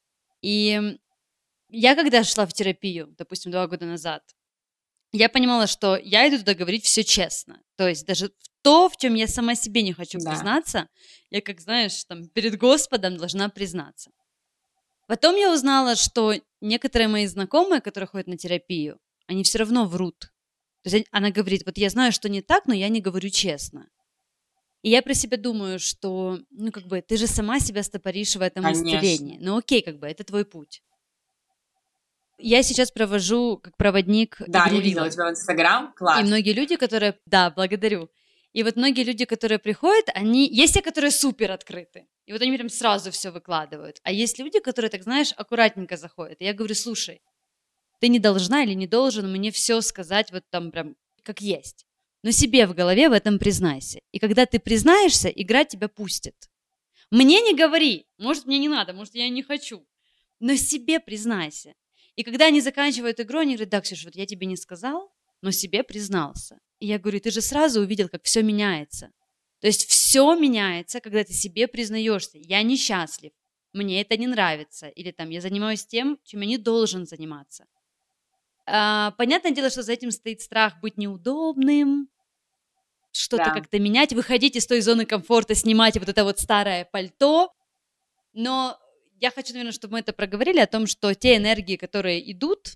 И я когда шла в терапию, допустим, два года назад, я понимала, что я иду туда говорить все честно. То есть даже в то, в чем я сама себе не хочу Да. признаться, я, как знаешь, там перед Господом должна признаться. Потом я узнала, что некоторые мои знакомые, которые ходят на терапию, они все равно врут. То есть она говорит, вот я знаю, что не так, но я не говорю честно. И я про себя думаю, что, ну, как бы, ты же сама себя стопоришь в этом Конечно. исцелении. Ну, окей, как бы, это твой путь. Я сейчас провожу как проводник Да, игру я видела у Лила. тебя в Инстаграм, И класс. многие люди, которые... Да, благодарю. И вот многие люди, которые приходят, они... Есть те, которые супер открыты. И вот они прям сразу все выкладывают. А есть люди, которые, так знаешь, аккуратненько заходят. И я говорю, слушай, ты не должна или не должен мне все сказать вот там прям как есть. Но себе в голове в этом признайся. И когда ты признаешься, игра тебя пустит. Мне не говори. Может, мне не надо, может, я не хочу. Но себе признайся. И когда они заканчивают игру, они говорят, да, Ксюша, вот я тебе не сказал, но себе признался. И я говорю, ты же сразу увидел, как все меняется. То есть все меняется, когда ты себе признаешься. Я несчастлив, мне это не нравится. Или там, я занимаюсь тем, чем я не должен заниматься. А, понятное дело, что за этим стоит страх быть неудобным, что-то Да. как-то менять, выходить из той зоны комфорта, снимать вот это вот старое пальто. Но я хочу, наверное, чтобы мы это проговорили, о том, что те энергии, которые идут,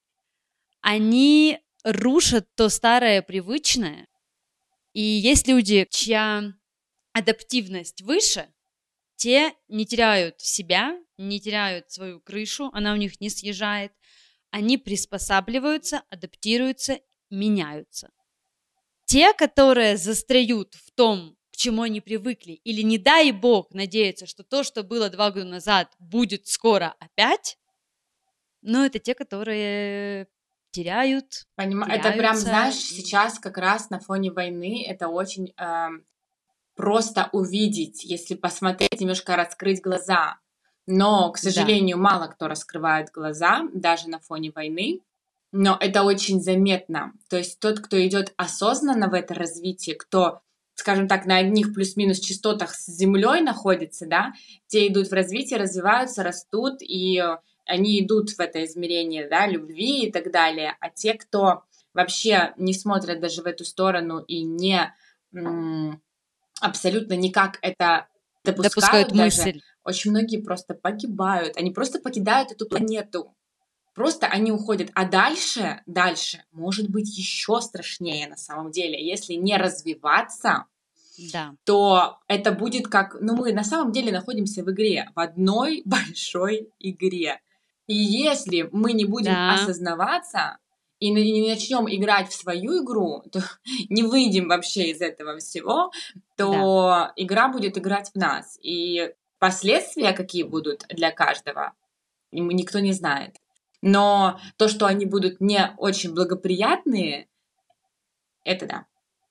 они рушат то старое, привычное. И есть люди, чья адаптивность выше, те не теряют себя, не теряют свою крышу, она у них не съезжает. Они приспосабливаются, адаптируются, меняются. Те, которые застряют в том, к чему они привыкли, или, не дай бог, надеются, что то, что было два года назад, будет скоро опять, но это те, которые теряют, Поним- Это прям, теряются. знаешь, сейчас как раз на фоне войны это очень эм, просто увидеть, если посмотреть, немножко раскрыть глаза. Но, к Да. сожалению, мало кто раскрывает глаза, даже на фоне войны. Но это очень заметно. То есть тот, кто идет осознанно в это развитие, кто, скажем так, на одних плюс-минус частотах с землей находится, да, те идут в развитие, развиваются, растут, и э, они идут в это измерение, да, любви и так далее. А те, кто вообще не смотрят даже в эту сторону и не м, абсолютно никак это допускают, Допускают даже, мысль. очень многие просто погибают. Они просто покидают эту планету. Просто они уходят. А дальше, дальше, может быть еще страшнее на самом деле. Если не развиваться, Да. то это будет как... Ну, мы на самом деле находимся в игре, в одной большой игре. И если мы не будем Да. осознаваться и не начнем играть в свою игру, то не выйдем вообще из этого всего, то игра будет играть в нас. И последствия, какие будут для каждого, м, никто не знает. Но то, что они будут не очень благоприятные, это да.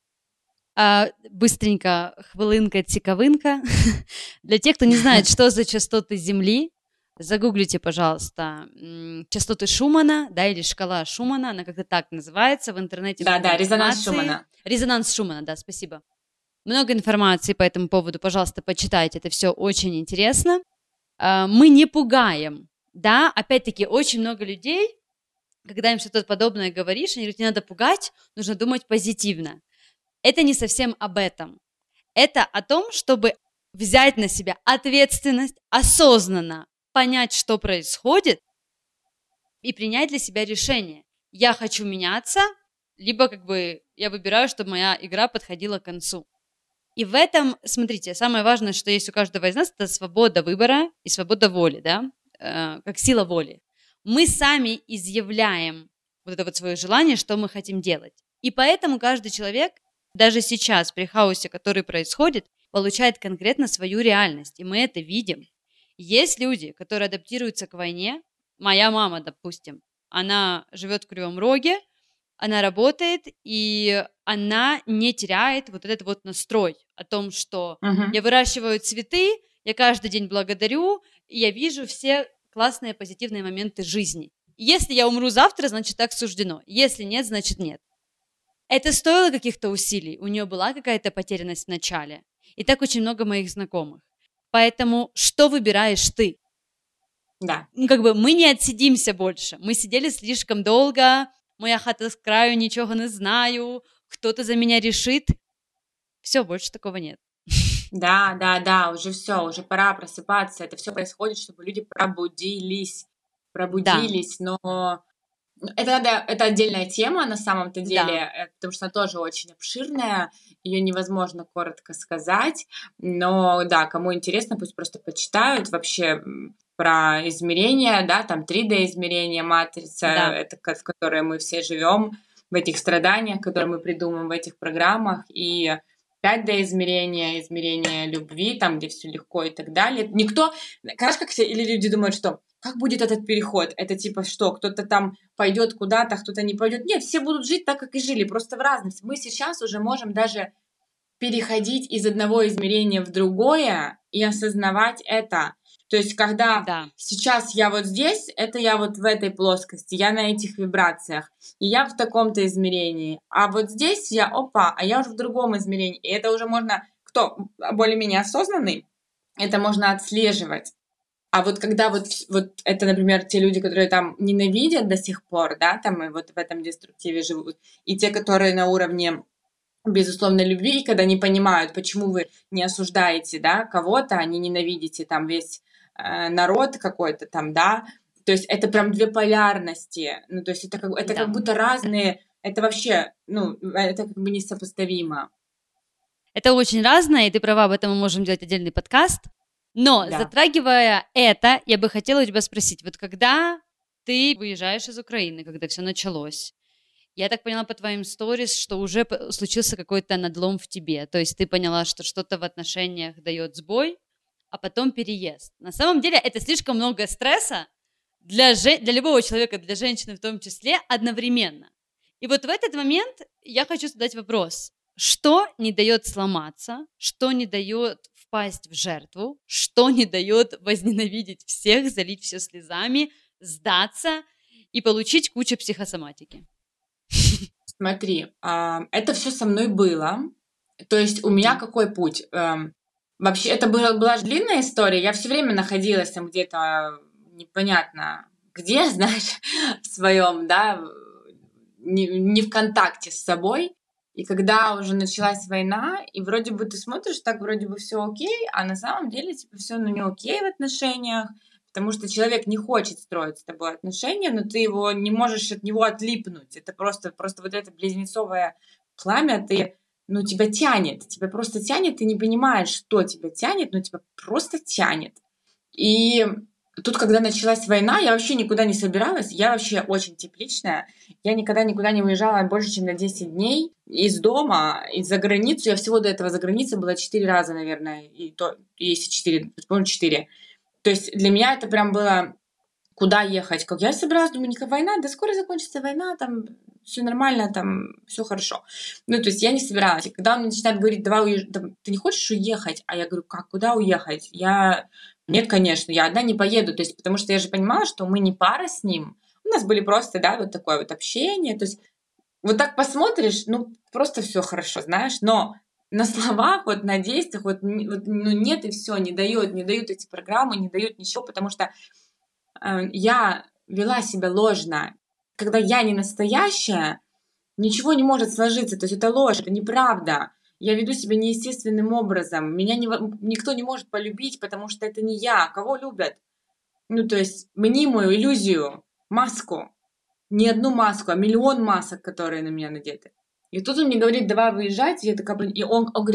А, быстренько, хвилинка, цікавинка. Для тех, кто не знает, что за частоты Земли, загуглите, пожалуйста, м, частоты Шумана, да, или шкала Шумана, она как-то так называется в интернете. Да, много да, резонанс информации. Шумана. Резонанс Шумана, да, спасибо. Много информации по этому поводу, пожалуйста, почитайте, это все очень интересно. А, мы не пугаем, да, опять-таки, очень много людей, когда им что-то подобное говоришь, они говорят, не надо пугать, нужно думать позитивно. Это не совсем об этом. Это о том, чтобы взять на себя ответственность, осознанно понять, что происходит, и принять для себя решение. Я хочу меняться, либо как бы я выбираю, чтобы моя игра подходила к концу. И в этом, смотрите, самое важное, что есть у каждого из нас, это свобода выбора и свобода воли, да, э, как сила воли. Мы сами изъявляем вот это вот свое желание, что мы хотим делать. И поэтому каждый человек, даже сейчас, при хаосе, который происходит, получает конкретно свою реальность, и мы это видим. Есть люди, которые адаптируются к войне. Моя мама, допустим, она живет в Кривом Роге, она работает, и она не теряет вот этот вот настрой о том, что Мгм. я выращиваю цветы, я каждый день благодарю, и я вижу все классные позитивные моменты жизни. Если я умру завтра, значит так суждено. Если нет, значит нет. Это стоило каких-то усилий. У нее была какая-то потерянность в начале. И так очень много моих знакомых. Поэтому что выбираешь ты? Да. Ну, как бы мы не отсидимся больше. Мы сидели слишком долго, моя хата с краю, ничего не знаю, кто-то за меня решит. Все, больше такого нет. Да, да, да, уже все, уже пора просыпаться. Это все происходит, чтобы люди пробудились, Да, пробудились, но это надо, это отдельная тема на самом-то деле, да, э, потому что она тоже очень обширная, ее невозможно коротко сказать, но да, кому интересно, пусть просто почитают вообще м, про измерения, да, там три дэ-измерения, матрица, да, это ко- в которой мы все живем, в этих страданиях, которые мы придумываем в этих программах, и пять дэ-измерения, измерение любви, там, где все легко и так далее. Никто, знаешь, как все, или люди думают, что как будет этот переход? Это типа что, кто-то там пойдет куда-то, а кто-то не пойдет. Нет, все будут жить так, как и жили, просто в разности. Мы сейчас уже можем даже переходить из одного измерения в другое и осознавать это. То есть, когда да. сейчас я вот здесь, это я вот в этой плоскости, я на этих вибрациях, и я в таком-то измерении. А вот здесь я, опа, а я уже в другом измерении. И это уже можно, кто более-менее осознанный, это можно отслеживать. А вот когда вот, вс- вот это, например, те люди, которые там ненавидят до сих пор, да, там и вот в этом деструктиве живут, и те, которые на уровне безусловной любви, и когда не понимают, почему вы не осуждаете, да, кого-то, а не ненавидите там весь э, народ какой-то там, да, то есть это прям две полярности, ну, то есть это как, это как Да. будто разные, это вообще, ну, это как бы несопоставимо, Это очень разное, и ты права, об этом мы можем делать отдельный подкаст. Но, да. затрагивая это, я бы хотела у тебя спросить, вот когда ты выезжаешь из Украины, когда все началось, я так поняла по твоим сторис, что уже п- случился какой-то надлом в тебе, то есть ты поняла, что что-то в отношениях дает сбой, а потом переезд. На самом деле это слишком много стресса для, же- для любого человека, для женщины в том числе, одновременно. И вот в этот момент я хочу задать вопрос. Что не дает сломаться, что не дает впасть в жертву, что не дает возненавидеть всех, залить все слезами, сдаться и получить кучу психосоматики? Смотри, а, это все со мной было. То есть у меня Мгм. какой путь? Эм, Вообще, это была, была же длинная история. Я все время находилась там где-то непонятно где, знаешь, в своем, да, в- не, не в контакте с собой. И когда уже началась война, и вроде бы ты смотришь, так вроде бы все окей, а на самом деле типа все ну, не окей в отношениях, потому что человек не хочет строить с тобой отношения, но ты его не можешь от него отлипнуть. Это просто, просто вот это близнецовое пламя, ты, ну, тебя тянет, тебя просто тянет, ты не понимаешь, что тебя тянет, но тебя просто тянет. И тут, когда началась война, я вообще никуда не собиралась, я вообще очень тепличная, я никогда никуда не уезжала больше, чем на десять дней из дома, и за границу, я всего до этого за границей была четыре раза, наверное, и то, если четыре, по-моему, четыре. То есть для меня это прям было, куда ехать, как я собиралась, думаю, никакая война, да скоро закончится война, там все нормально, там все хорошо. Ну, то есть я не собиралась. И когда он мне начинает говорить, давай уезжай, ты не хочешь уехать? А я говорю, как, куда уехать? Я, нет, конечно, я одна не поеду, то есть потому что я же понимала, что мы не пара с ним, у нас были просто, да, вот такое вот общение, то есть вот так посмотришь, ну, просто все хорошо, знаешь, но на словах, вот на действиях, вот, н- вот, ну, нет и все, не дают, не дают эти программы, не дают ничего, потому что э, я вела себя ложно. Когда я не настоящая, ничего не может сложиться. То есть это ложь, это неправда. Я веду себя неестественным образом. Меня не, никто не может полюбить, потому что это не я. Кого любят? Ну, то есть мнимую иллюзию, маску. Не одну маску, а миллион масок, которые на меня надеты. И тут он мне говорит, давай выезжать. И, я такая, блин, и он, он говорит,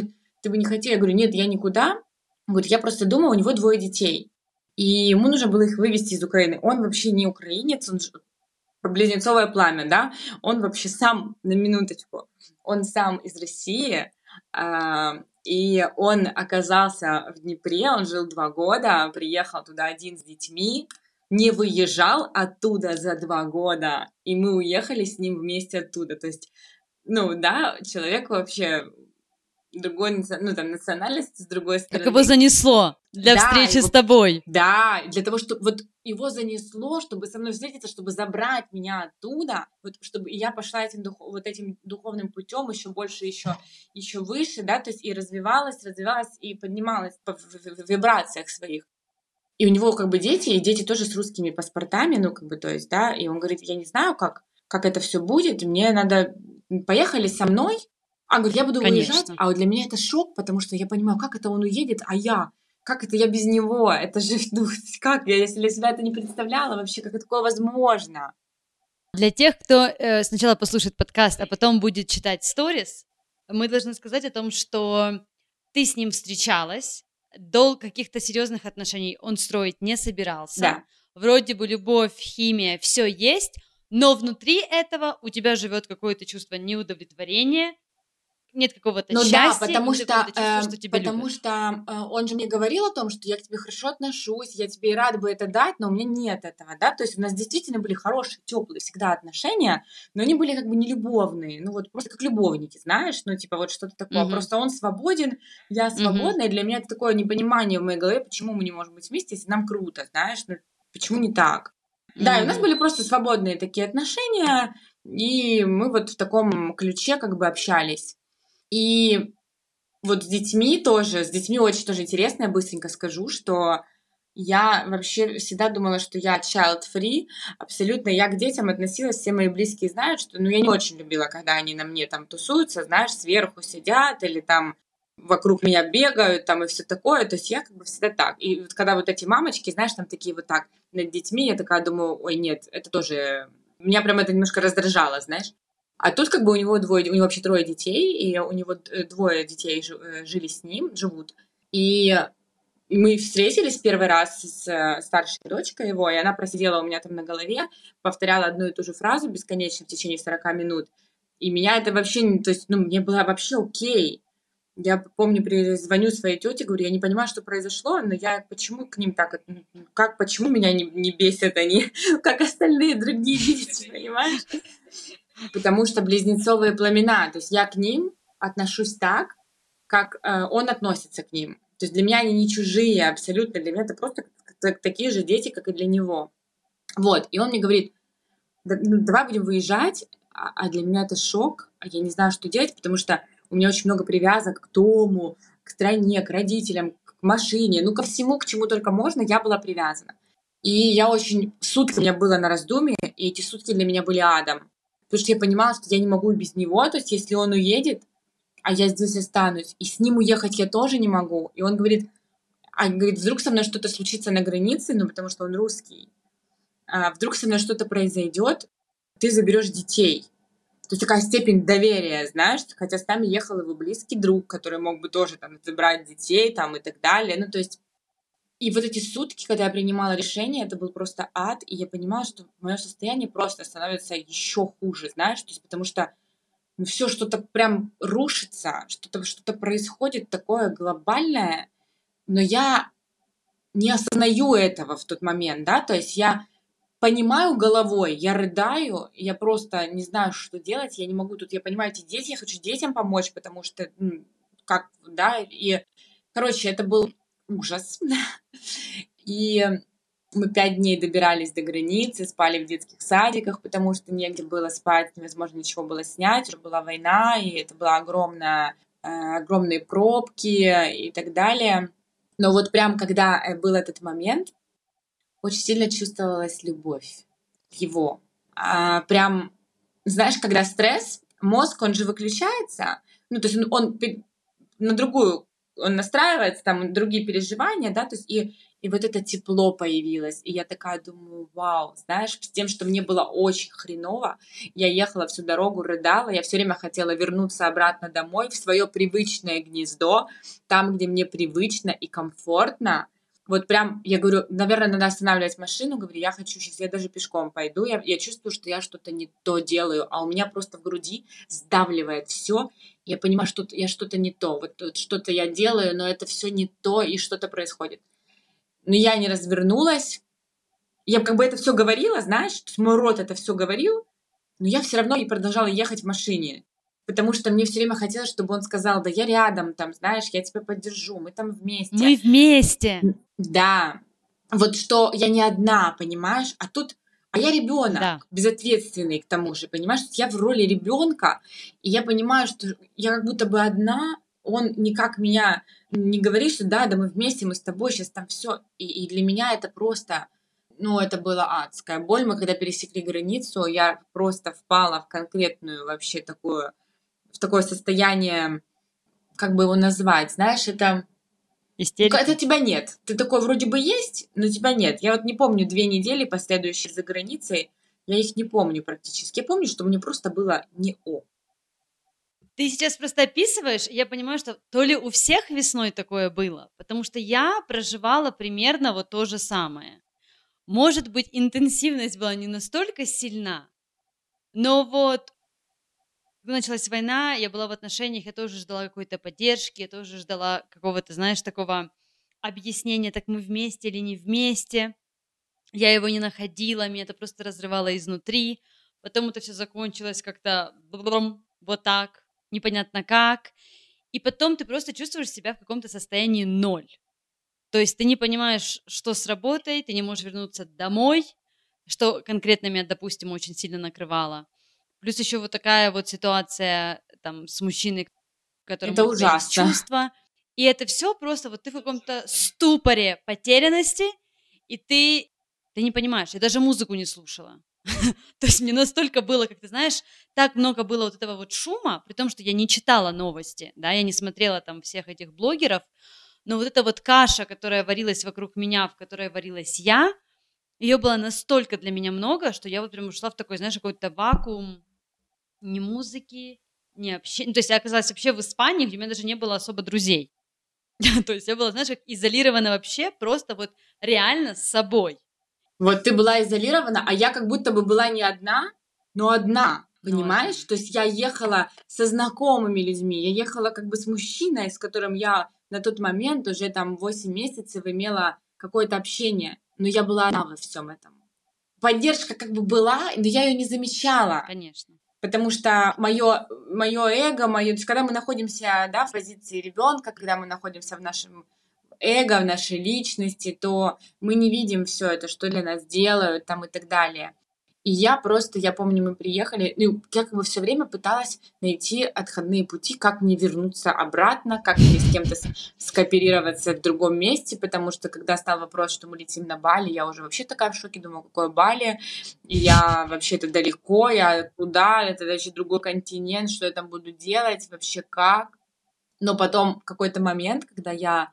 ты бы не хотел? Я говорю, нет, я никуда. Он говорит, я просто думаю, у него двое детей. И ему нужно было их вывести из Украины. Он вообще не украинец, он же близнецовое пламя, да? Он вообще сам, на минуточку, он сам из России, а, и он оказался в Днепре, он жил два года, приехал туда один с детьми, не выезжал оттуда за два года, и мы уехали с ним вместе оттуда. То есть, ну да, человек вообще другой, наци- ну там, национальности, с другой Как стороны. его занесло для Да, встречи его- с тобой. Да, для того, чтобы вот его занесло, чтобы со мной встретиться, чтобы забрать меня оттуда, вот чтобы и я пошла этим дух- вот этим духовным путем еще больше, еще, еще выше, да, то есть и развивалась, развивалась и поднималась по- в, в- в вибрациях своих. И у него как бы дети, и дети тоже с русскими паспортами, ну как бы, то есть, да, и он говорит, я не знаю, как, как это все будет, мне надо, поехали со мной. А, говорит, я буду выезжать, Конечно. а вот для меня это шок, потому что я понимаю, как это он уедет, а я, как это я без него, это же, ну, как, я если для себя это не представляла вообще, как это такое возможно. Для тех, кто э, сначала послушает подкаст, а потом будет читать сторис, мы должны сказать о том, что ты с ним встречалась, до каких-то серьезных отношений он строить не собирался. Да. Вроде бы любовь, химия, все есть, но внутри этого у тебя живет какое-то чувство неудовлетворения, нет какого-то Ну да, счастья, потому нет что, какого-то чувства, э, что тебя потому любят. что э, он же мне говорил о том, что я к тебе хорошо отношусь, я тебе и рада бы это дать, но у меня нет этого, да, то есть у нас действительно были хорошие, теплые всегда отношения, но они были как бы не любовные, ну вот просто как любовники, знаешь, ну типа вот что-то такое, Мгм. просто он свободен, я Мгм. свободна, и для меня это такое непонимание в моей голове, почему мы не можем быть вместе, если нам круто, знаешь, ну почему не так? Да, и у нас Мгм. были просто свободные такие отношения, и мы вот в таком ключе как бы общались. И вот с детьми тоже, с детьми очень тоже интересно, я быстренько скажу, что я вообще всегда думала, что я child-free, абсолютно я к детям относилась, все мои близкие знают, что ну, я не очень любила, когда они на мне там тусуются, знаешь, сверху сидят или там вокруг меня бегают там и все такое, то есть я как бы всегда так. И вот когда вот эти мамочки, знаешь, там такие вот так над детьми, я такая думаю, ой, нет, это тоже... Меня прям это немножко раздражало, знаешь. А тут как бы у него двое, у него вообще трое детей, и у него д- двое детей жи- э, жили с ним, живут. И мы встретились первый раз с э, старшей дочкой его, и она просидела у меня там на голове, повторяла одну и ту же фразу бесконечно в течение сорока минут. И меня это вообще, не- то есть, ну, мне было вообще окей. Я помню, при- звоню своей тете, говорю, я не понимаю, что произошло, но я почему к ним так, ну, как, почему меня не, не бесят они, как остальные другие дети, понимаешь? Потому что близнецовые пламена, то есть я к ним отношусь так, как э, он относится к ним. То есть для меня они не чужие абсолютно, для меня это просто так- такие же дети, как и для него. Вот, и он мне говорит, «Да, ну, давай будем выезжать, а, а для меня это шок, а я не знаю, что делать, потому что у меня очень много привязок к дому, к стране, к родителям, к машине, ну ко всему, к чему только можно, я была привязана. И я очень... Сутки у меня было на раздумье, и эти сутки для меня были адом. Потому что я понимала, что я не могу без него, то есть если он уедет, а я здесь останусь, и с ним уехать я тоже не могу. И он говорит, а говорит, вдруг со мной что-то случится на границе, ну потому что он русский, а вдруг со мной что-то произойдет, ты заберешь детей. То есть такая степень доверия, знаешь, хотя с нами ехал его близкий друг, который мог бы тоже там забрать детей там и так далее. Ну, то есть и вот эти сутки, когда я принимала решение, это был просто ад, и я понимала, что мое состояние просто становится еще хуже, знаешь, то есть потому что ну, все что-то прям рушится, что-то что происходит такое глобальное, но я не осознаю этого в тот момент, да, то есть я понимаю головой, я рыдаю, я просто не знаю, что делать, я не могу тут, я понимаю, эти дети, я хочу детям помочь, потому что, м, как, да, и, короче, это был ужас. И мы пять дней добирались до границы, спали в детских садиках, потому что негде было спать, невозможно ничего было снять, уже была война, и это была огромная, э, огромные пробки и так далее. Но вот прям когда э, был этот момент, очень сильно чувствовалась любовь к его. А, прям, знаешь, когда стресс, мозг, он же выключается, ну, то есть он, он пе- на другую он настраивается, там другие переживания, да, то есть и, и вот это тепло появилось. И я такая думаю, вау, знаешь, с тем, что мне было очень хреново, я ехала всю дорогу, рыдала, я все время хотела вернуться обратно домой, в свое привычное гнездо, там, где мне привычно и комфортно. Вот прям, я говорю, наверное, надо останавливать машину, говорю, я хочу сейчас, я даже пешком пойду, я, я чувствую, что я что-то не то делаю, а у меня просто в груди сдавливает все, я понимаю, что я что-то не то, вот, вот что-то я делаю, но это все не то, и что-то происходит. Но я не развернулась, я как бы это все говорила, знаешь, то есть мой рот это все говорил, но я все равно и продолжала ехать в машине. Потому что мне все время хотелось, чтобы он сказал, да я рядом, там, знаешь, я тебя поддержу, мы там вместе. Мы вместе. Да, вот что я не одна, понимаешь, а тут, а я ребенок, Да. безответственный к тому же, понимаешь, я в роли ребенка, и я понимаю, что я как будто бы одна, он никак меня не говорит, что да, да мы вместе, мы с тобой сейчас там все, и, и для меня это просто, ну это была адская боль, мы когда пересекли границу, я просто впала в конкретную вообще такую, в такое состояние, как бы его назвать, знаешь, это ну, это Истерика. тебя нет. Ты такой вроде бы есть, но тебя нет. Я вот не помню две недели последующие за границей. Я их не помню практически. Я помню, что мне просто было не о. Ты сейчас просто описываешь, и я понимаю, что то ли у всех весной такое было, потому что я проживала примерно вот то же самое. Может быть, интенсивность была не настолько сильна, но вот когда началась война, я была в отношениях, я тоже ждала какой-то поддержки, я тоже ждала какого-то, знаешь, такого объяснения, так мы вместе или не вместе. Я его не находила, меня это просто разрывало изнутри. Потом это все закончилось как-то блум, вот так, непонятно как. И потом ты просто чувствуешь себя в каком-то состоянии ноль. То есть ты не понимаешь, что с работой, ты не можешь вернуться домой, что конкретно меня, допустим, очень сильно накрывало. Плюс еще вот такая вот ситуация там с мужчиной, к которому Это у тебя есть ужасно. чувства. И это все просто вот ты в каком-то ступоре потерянности, и ты, ты не понимаешь. Я даже музыку не слушала. То есть мне настолько было, как ты знаешь, так много было вот этого вот шума, при том, что я не читала новости, да, я не смотрела там всех этих блогеров, но вот эта вот каша, которая варилась вокруг меня, в которой варилась я, ее было настолько для меня много, что я вот прям ушла в такой, знаешь, какой-то вакуум ни музыки, ни общения. Ну, то есть я оказалась вообще в Испании, где у меня даже не было особо друзей. То есть я была, знаешь, как изолирована вообще, просто вот реально с собой. Вот ты была изолирована, а я как будто бы была не одна, но одна. Но одна. Понимаешь? То есть я ехала со знакомыми людьми, я ехала как бы с мужчиной, с которым я на тот момент уже там восемь месяцев имела какое-то общение. Но я была одна во всем этом. Поддержка как бы была, но я ее не замечала. Конечно. Потому что мое, мое эго, мое, то есть когда мы находимся, да, в позиции ребенка, когда мы находимся в нашем эго, в нашей личности, то мы не видим все это, что для нас делают там и так далее. И я просто, я помню, мы приехали, ну, я как бы все время пыталась найти отходные пути, как мне вернуться обратно, как мне с кем-то с- скооперироваться в другом месте, потому что когда стал вопрос, что мы летим на Бали, я уже вообще такая в шоке, думаю, какое Бали, и я вообще это далеко, я куда, это вообще другой континент, что я там буду делать, вообще как. Но потом какой-то момент, когда я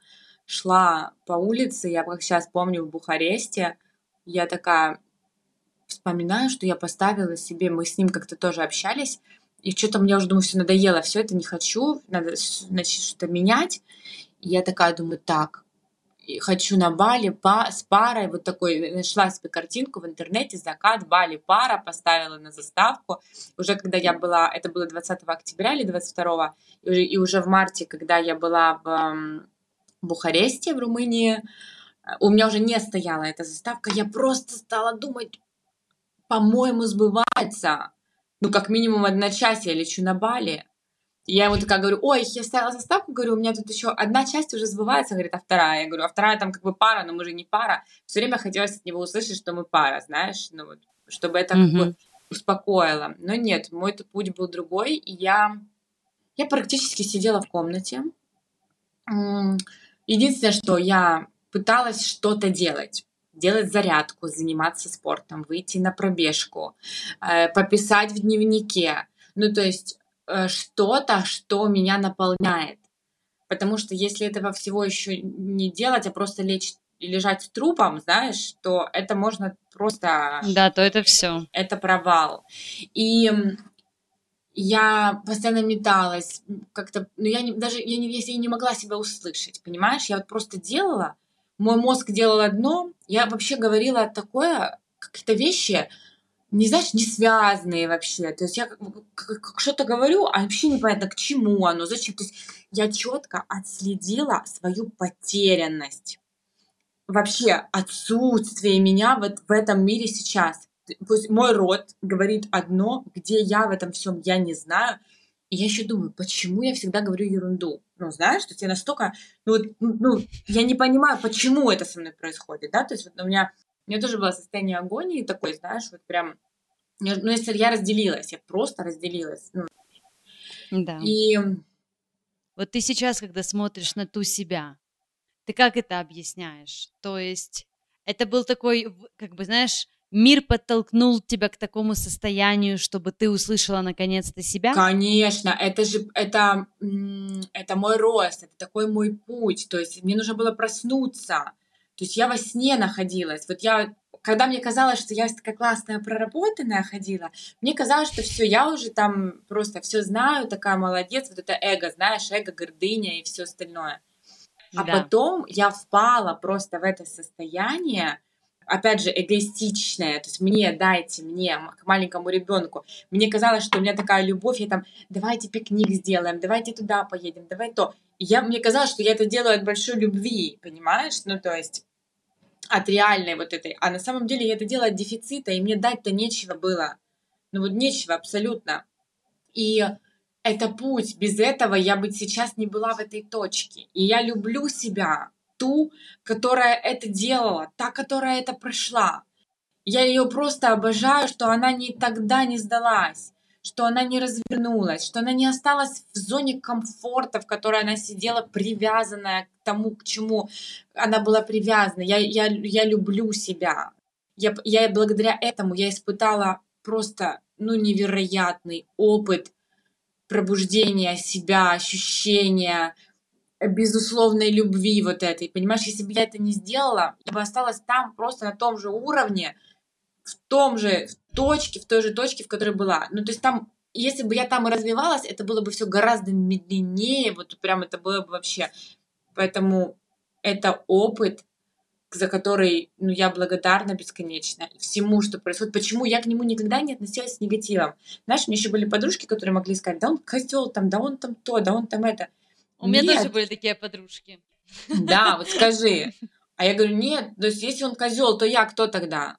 шла по улице, я как сейчас помню в Бухаресте, я такая вспоминаю, что я поставила себе, мы с ним как-то тоже общались, и что-то мне уже думаю, все надоело, все это не хочу, надо значит, что-то менять. И я такая думаю, так, и хочу на Бали па- с парой, вот такой, нашла себе картинку в интернете, закат, Бали, пара, поставила на заставку. Уже когда я была, это было двадцатого октября или двадцать второго, и уже, и уже в марте, когда я была в м, Бухаресте, в Румынии, э, у меня уже не стояла эта заставка, я просто стала думать, по-моему, сбывается. Ну, как минимум одночасье я лечу на Бали. И я ему такая говорю, ой, я ставила заставку, говорю, у меня тут еще одна часть уже сбывается, говорит, а вторая? Я говорю, а вторая там как бы пара, но мы же не пара. Все время хотелось от него услышать, что мы пара, знаешь, ну вот, чтобы это как бы Мгм. успокоило. Но нет, мой -то путь был другой, и я, я практически сидела в комнате. М, Единственное, что я пыталась что-то делать. Делать зарядку, заниматься спортом, выйти на пробежку, э, пописать в дневнике. Ну, то есть э, что-то, что меня наполняет. Потому что если этого всего еще не делать, а просто лечь и лежать трупом, знаешь, то это можно просто... Да, то это все. Это провал. И я постоянно металась, как-то, ну я не, даже я не, если я не могла себя услышать, понимаешь? Я вот просто делала, мой мозг делал одно, я вообще говорила такое, какие-то вещи, не знаешь, не связанные вообще. То есть я как, как- как что-то говорю, а вообще непонятно, к чему оно, зачем. То есть я четко отследила свою потерянность, вообще отсутствие меня вот в этом мире сейчас. Пусть мой род говорит одно, где я в этом всем я не знаю. И я еще думаю, почему я всегда говорю ерунду? Ну, знаешь, что я настолько, ну, вот, ну, я не понимаю, почему это со мной происходит, да, то есть вот у меня, у меня тоже было состояние агонии такой, знаешь, вот прям, я- ну, если я разделилась, я просто разделилась, ну, Да. и Вот ты сейчас, когда смотришь на ту себя, ты как это объясняешь? То есть это был такой, в- как бы, знаешь, мир подтолкнул тебя к такому состоянию, чтобы ты услышала наконец-то себя? конечно, это же, это, м, это мой рост, это такой мой путь. То есть мне нужно было проснуться. То есть я во сне находилась. Вот я, когда мне казалось, что я такая классная, проработанная ходила, мне казалось, что все, я уже там просто все знаю, такая молодец. Вот это эго, знаешь, эго, гордыня и все остальное. А Да. потом я впала просто в это состояние, опять же, эгоистичное, то есть мне дайте, мне, м- к маленькому ребенку. Мне казалось, что у меня такая любовь, я там, давайте пикник сделаем, давайте туда поедем, давай то. И я, мне казалось, что я это делаю от большой любви, понимаешь? Ну, то есть от реальной вот этой. А на самом деле я это делаю от дефицита, и мне дать-то нечего было. Ну вот нечего абсолютно. И это путь. Без этого я бы сейчас не была в этой точке. И я люблю себя, ту, которая это делала, та, которая это прошла. Я ее просто обожаю, что она никогда не сдалась, что она не развернулась, что она не осталась в зоне комфорта, в которой она сидела, привязанная к тому, к чему она была привязана. Я, я, я люблю себя. Я, я благодаря этому я испытала просто ну, невероятный опыт пробуждения себя, ощущения безусловной любви вот этой. Понимаешь, если бы я это не сделала, я бы осталась там просто на том же уровне, в том же в точке, в той же точке, в которой была. Ну, то есть там, если бы я там и развивалась, это было бы все гораздо медленнее, вот прям это было бы вообще. Поэтому это опыт, за который, ну, я благодарна бесконечно всему, что происходит. Почему я к нему никогда не относилась с негативом? Знаешь, у меня еще были подружки, которые могли сказать, да он козел там, да он там то, да он там это. У меня тоже Нет, были такие подружки. да, вот скажи. А я говорю, нет, то есть если он козел, то я кто тогда?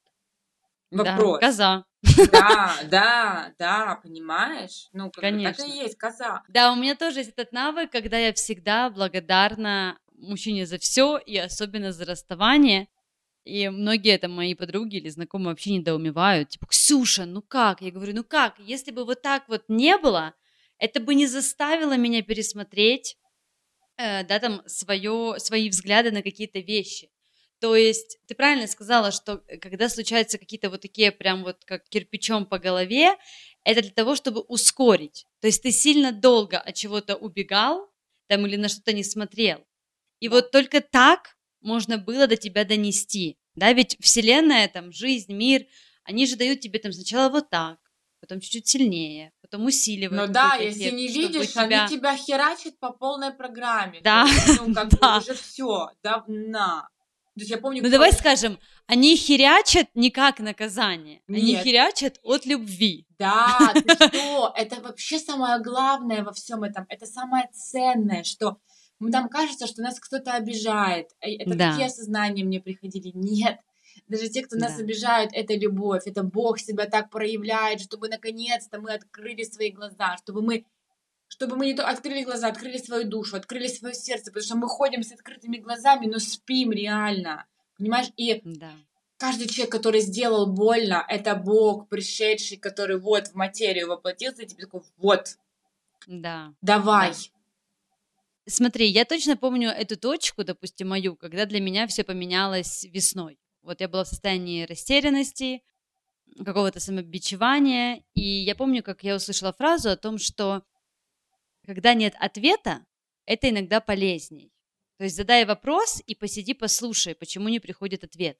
Да, Вопрос. коза, Да, да, да, понимаешь? Ну, как бы так и конечно. есть, коза. Да, у меня тоже есть этот навык, когда я всегда благодарна мужчине за все и особенно за расставание. И многие это мои подруги или знакомые вообще недоумевают. Типа, Ксюша, ну как? Я говорю, ну как? Если бы вот так вот не было, это бы не заставило меня пересмотреть, э, да, там, свое, свои взгляды на какие-то вещи. То есть ты правильно сказала, что э, когда случаются какие-то вот такие прям вот как кирпичом по голове, это для того, чтобы ускорить. То есть ты сильно долго от чего-то убегал там или на что-то не смотрел. И Да. вот только так можно было до тебя донести. Да, ведь Вселенная, там, жизнь, мир, они же дают тебе там сначала вот так, потом чуть-чуть сильнее, потом Ну усиливают да, какой-то если эффект, не чтобы видишь, они тебя... тебя херачат по полной программе. То Да, есть, ну, как бы да. уже все, да, на. То есть я помню, Ну кто... давай скажем, они херячат не как наказание, они Нет, херячат от любви. да, ты что? Это вообще самое главное во всем этом. Это самое ценное, что нам кажется, что нас кто-то обижает. Э, Это такие Да, осознания мне приходили. Нет. Даже те, кто нас да, обижают, это любовь, это Бог себя так проявляет, чтобы наконец-то мы открыли свои глаза, чтобы мы, чтобы мы не то открыли глаза, открыли свою душу, открыли свое сердце, потому что мы ходим с открытыми глазами, но спим реально. Понимаешь? И да, каждый человек, который сделал больно, это Бог, пришедший, который вот в материю воплотился, и тебе такой, вот, да, давай. да. Смотри, я точно помню эту точку, допустим, мою, когда для меня все поменялось весной. Вот я была в состоянии растерянности, какого-то самобичевания, и я помню, как я услышала фразу о том, что когда нет ответа, это иногда полезней. То есть задай вопрос и посиди, послушай, почему не приходит ответ.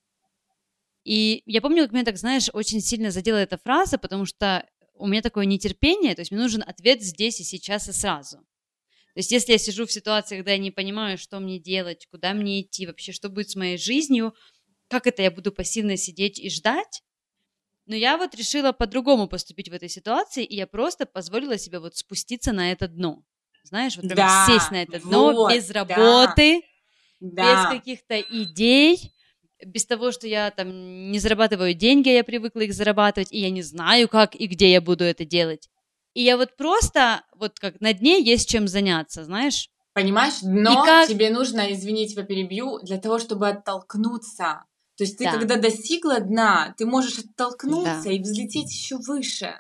И я помню, как меня так, знаешь, очень сильно задела эта фраза, потому что у меня такое нетерпение, то есть мне нужен ответ здесь и сейчас и сразу. То есть если я сижу в ситуации, когда я не понимаю, что мне делать, куда мне идти, вообще, что будет с моей жизнью, как это я буду пассивно сидеть и ждать? Но я вот решила по-другому поступить в этой ситуации, и я просто позволила себе вот спуститься на это дно. Знаешь, вот прям сесть Да, на это дно вот, без да, работы, без да. каких-то идей, без того, что я там не зарабатываю деньги, а я привыкла их зарабатывать, и я не знаю, как и где я буду это делать. И я вот просто, вот как на дне есть чем заняться, знаешь. Понимаешь, И дно как... тебе нужно, извини, тебя перебью, для того, чтобы оттолкнуться. То есть ты, Да, когда достигла дна, ты можешь да, оттолкнуться и взлететь еще выше.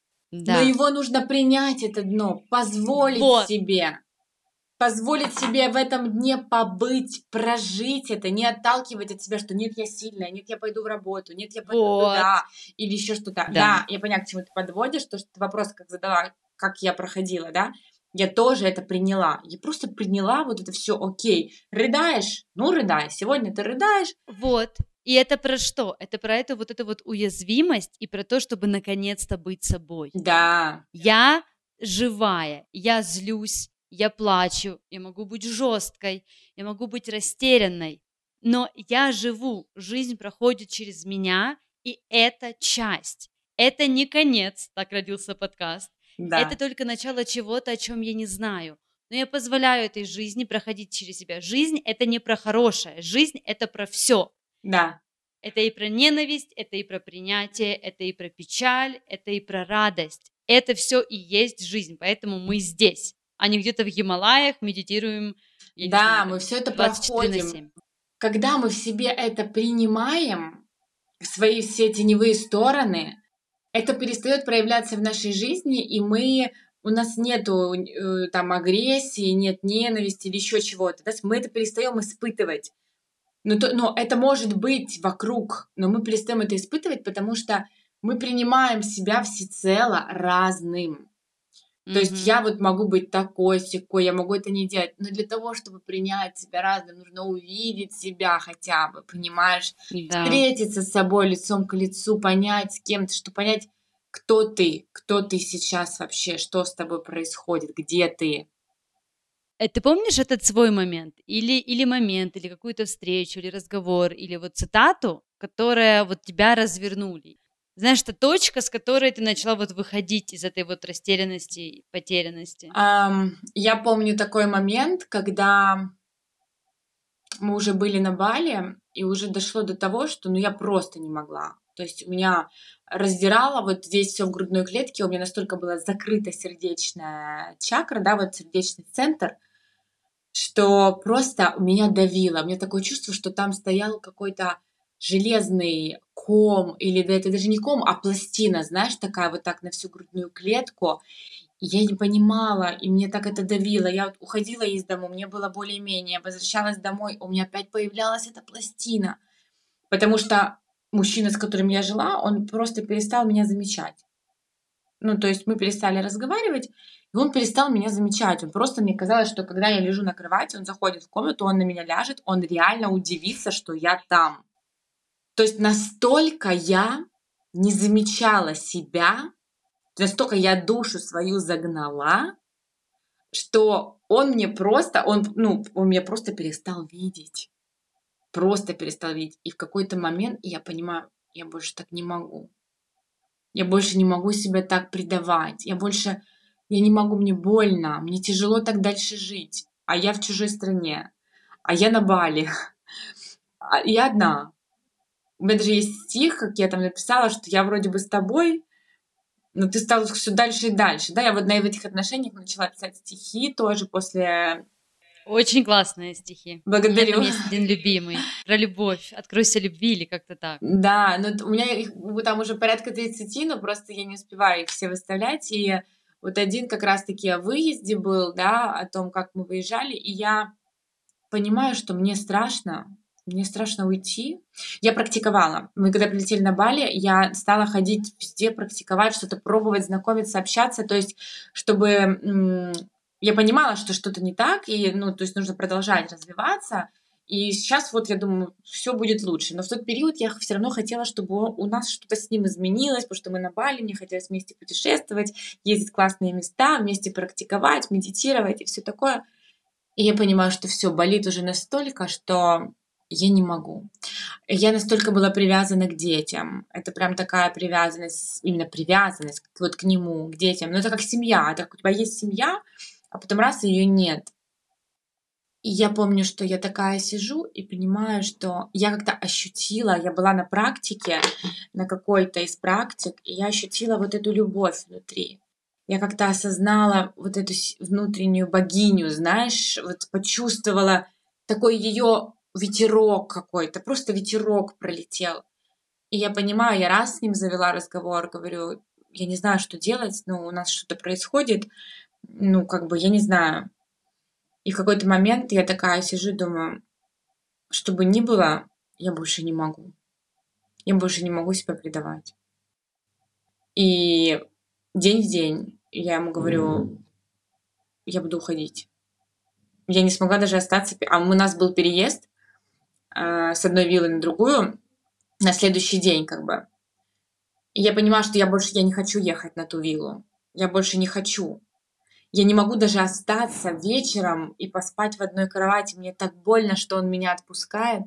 Но да. его нужно принять, это дно, позволить Вот, себе. Позволить себе в этом дне побыть, прожить это, не отталкивать от себя, что нет, я сильная, нет, я пойду в работу, нет, я пойду вот, туда, или еще что-то. да. Да, я поняла, к чему ты подводишь, то, что ты вопрос как задала, как я проходила, да, я тоже это приняла. Я просто приняла вот это все, окей. Рыдаешь? Ну, рыдай. Сегодня ты рыдаешь. Вот. И это про что? Это про эту вот эту вот уязвимость и про то, чтобы наконец-то быть собой. Да, Я живая, я злюсь, я плачу, я могу быть жесткой, я могу быть растерянной, но я живу, жизнь проходит через меня, и это часть. Это не конец, так родился подкаст. Это да, только начало чего-то, о чем я не знаю. Но я позволяю этой жизни проходить через себя. Жизнь — это не про хорошее, жизнь — это про все. да. Это и про ненависть, это и про принятие, это и про печаль, это и про радость. Это все и есть жизнь, поэтому мы здесь, а не где-то в Гималаях медитируем, я не Да, знаю, мы там, все это двадцать четыре на проходим. семь. Когда мы в себе это принимаем, свои все теневые стороны, это перестает проявляться в нашей жизни, и мы у нас нету э, там агрессии, нет ненависти или еще чего-то. Да? Мы это перестаем испытывать. Но, то, но это может быть вокруг, но мы перестаем это испытывать, потому что мы принимаем себя всецело разным. То есть я Мгм. вот могу быть такой, сякой, я могу это не делать, но для того, чтобы принять себя разным, нужно увидеть себя хотя бы, понимаешь? Да. Встретиться с собой лицом к лицу, понять с кем ты, что понять, кто ты, кто ты сейчас вообще, что с тобой происходит, где ты. Э, Ты помнишь этот свой момент? Или, или момент, или какую-то встречу, или разговор, или вот цитату, которая вот тебя развернули? Знаешь, та точка, с которой ты начала вот выходить из этой вот растерянности и потерянности. Ам, я помню такой момент, когда мы уже были на Бали, и уже дошло до того, что ну я просто не могла. То есть у меня раздирало вот здесь все в грудной клетке, у меня настолько была закрыта сердечная чакра, да, вот сердечный центр, что просто меня давило. У меня такое чувство, что там стоял какой-то железный ком, или да, это даже не ком, а пластина, знаешь, такая вот так на всю грудную клетку. И я не понимала, и мне так это давило. Я вот уходила из дома, мне было более-менее, возвращалась домой, у меня опять появлялась эта пластина. Потому что мужчина, с которым я жила, он просто перестал меня замечать. Ну, то есть мы перестали разговаривать, и он перестал меня замечать. Он просто, мне казалось, что когда я лежу на кровати, он заходит в комнату, он на меня ляжет, он реально удивится, что я там. То есть настолько я не замечала себя, настолько я душу свою загнала, что он мне просто, он, ну, он меня просто перестал видеть. Просто перестал видеть. И в какой-то момент я понимаю, я больше так не могу. Я больше не могу себя так предавать. Я больше, я не могу, мне больно, мне тяжело так дальше жить. А я в чужой стране. А я на Бали. А я одна. У меня даже есть стих, как я там написала, что я вроде бы с тобой, но ты стал все дальше и дальше. Да, я вот на в этих отношениях начала писать стихи тоже после... Очень классные стихи. У меня Благодарю. там есть один любимый про любовь. Откройся любви или как-то так. Да, но т- у меня их ну, там уже порядка тридцати, но просто я не успеваю их все выставлять. И вот один как раз-таки о выезде был, да, о том, как мы выезжали, и я понимаю, что мне страшно, мне страшно уйти. Я практиковала. Мы когда прилетели на Бали, я стала ходить везде, практиковать, что-то пробовать, знакомиться, общаться, то есть чтобы м, я понимала, что что-то не так, и, ну, то есть нужно продолжать развиваться. И сейчас вот я думаю, все будет лучше. Но в тот период я все равно хотела, чтобы у нас что-то с ним изменилось, потому что мы на Бали, мне хотелось вместе путешествовать, ездить в классные места, вместе практиковать, медитировать и все такое. И я понимаю, что все болит уже настолько, что я не могу. Я настолько была привязана к детям. Это прям такая привязанность, именно привязанность вот к нему, к детям. Но это как семья. Это как у тебя есть семья, а потом раз ее нет. И я помню, что я такая сижу и понимаю, что я как-то ощутила, я была на практике, на какой-то из практик, и я ощутила вот эту любовь внутри. Я как-то осознала вот эту с- внутреннюю богиню, знаешь, вот почувствовала такой ее ветерок какой-то, просто ветерок пролетел. И я понимаю, я раз с ним завела разговор, говорю, я не знаю, что делать, но у нас что-то происходит, ну, как бы, я не знаю. И в какой-то момент я такая сижу и думаю, что бы ни было, я больше не могу. Я больше не могу себя предавать. И день в день я ему говорю, я буду уходить. Я не смогла даже остаться. А у нас был переезд э, с одной виллы на другую на следующий день как бы. И я понимаю, что я больше я не хочу ехать на ту виллу. Я больше не хочу. Я не могу даже остаться вечером и поспать в одной кровати. Мне так больно, что он меня отпускает.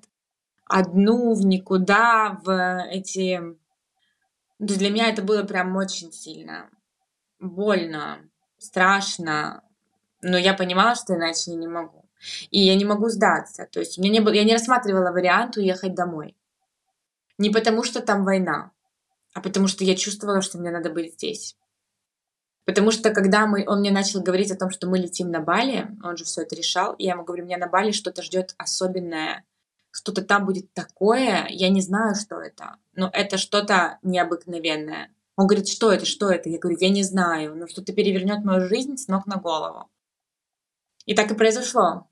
Одну в никуда, в эти... То есть для меня это было прям очень сильно больно, страшно, но я понимала, что иначе я не могу. И я не могу сдаться. То есть у меня не было, я не рассматривала вариант уехать домой. Не потому, что там война, а потому что я чувствовала, что мне надо быть здесь. Потому что когда мы, он мне начал говорить о том, что мы летим на Бали, он же все это решал, и я ему говорю, меня на Бали что-то ждет особенное, что-то там будет такое, я не знаю, что это, но это что-то необыкновенное. Он говорит, что это, что это? Я говорю, я не знаю, но что-то перевернет мою жизнь с ног на голову. И так и произошло.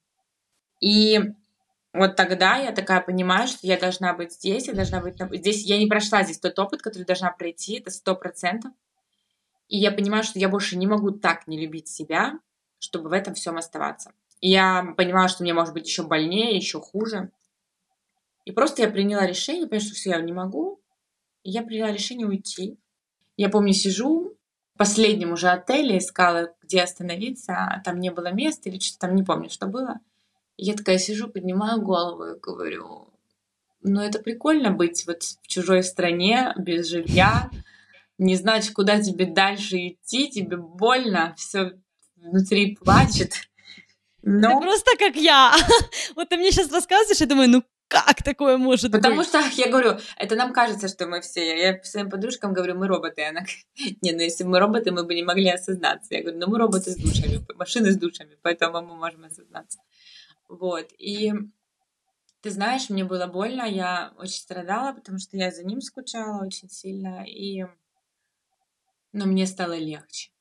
И вот тогда я такая понимаю, что я должна быть здесь, я должна быть на- здесь. Я не прошла здесь тот опыт, который должна пройти, это сто процентов. И я понимаю, что я больше не могу так не любить себя, чтобы в этом всем оставаться. И я понимаю, что мне может быть еще больнее, еще хуже. И просто я приняла решение, поняла, что все, я не могу. И я приняла решение уйти. Я помню, сижу в последнем уже отеле, искала, где остановиться, а там не было места или что-то там, не помню, что было. И я такая сижу, поднимаю голову и говорю, ну это прикольно быть вот в чужой стране, без жилья, не знать, куда тебе дальше идти, тебе больно, все внутри плачет. Это Но просто как я. Вот ты мне сейчас рассказываешь, я думаю, ну как такое может потому быть? что, я говорю, это нам кажется, что мы все. Я своим подружкам говорю, мы роботы. Она говорит, не, ну если бы мы роботы, мы бы не могли осознаться. Я говорю, ну мы роботы с душами, машины с душами, поэтому мы можем осознаться. Вот. И ты знаешь, мне было больно, я очень страдала, потому что я за ним скучала очень сильно, и... но мне стало легче.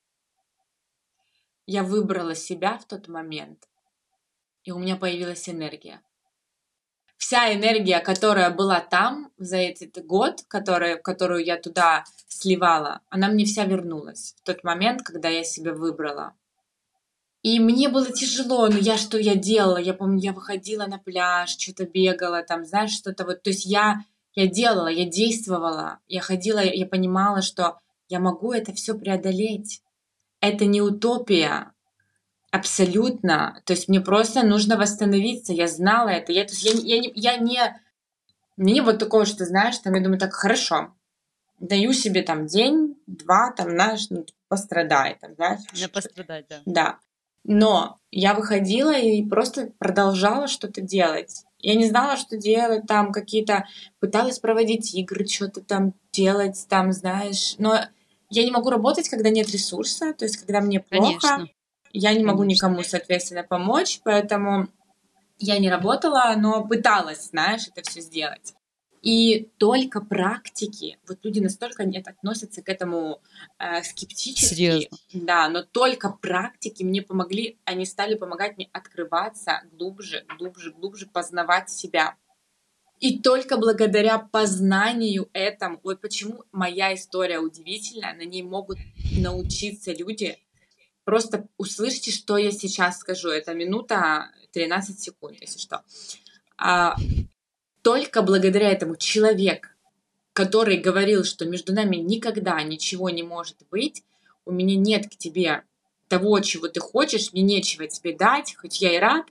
Я выбрала себя в тот момент, и у меня появилась энергия. Вся энергия, которая была там за этот год, который, которую я туда сливала, она мне вся вернулась в тот момент, когда я себя выбрала. И мне было тяжело, но я что я делала? Я помню, я выходила на пляж, что-то бегала, там, знаешь, что-то вот. То есть я, я делала, я действовала, я ходила, я понимала, что я могу это все преодолеть. Это не утопия, абсолютно. То есть мне просто нужно восстановиться. Я знала это. Я, то есть я, я, не, я не... Мне не вот такого, что, знаешь, там, я думаю, так, хорошо, даю себе там день, два, там, знаешь, ну, пострадай, там, знаешь. Не пострадать, да. Да. Но я выходила и просто продолжала что-то делать. Я не знала, что делать, там какие-то... Пыталась проводить игры, что-то там делать, там, знаешь. Но я не могу работать, когда нет ресурса, то есть когда мне плохо. Конечно, Я не могу конечно. никому, соответственно, помочь, поэтому я не работала, но пыталась, знаешь, это все сделать. И только практики, вот люди настолько нет, относятся к этому э, скептически, Серьезно. да, но только практики мне помогли, они стали помогать мне открываться глубже, глубже, глубже, познавать себя. И только благодаря познанию этому, вот почему моя история удивительная, на ней могут научиться люди, Просто услышьте, что я сейчас скажу. Это минута тринадцать секунд, если что. А, только благодаря этому человек, который говорил, что между нами никогда ничего не может быть, у меня нет к тебе того, чего ты хочешь, мне нечего тебе дать, хоть я и рад.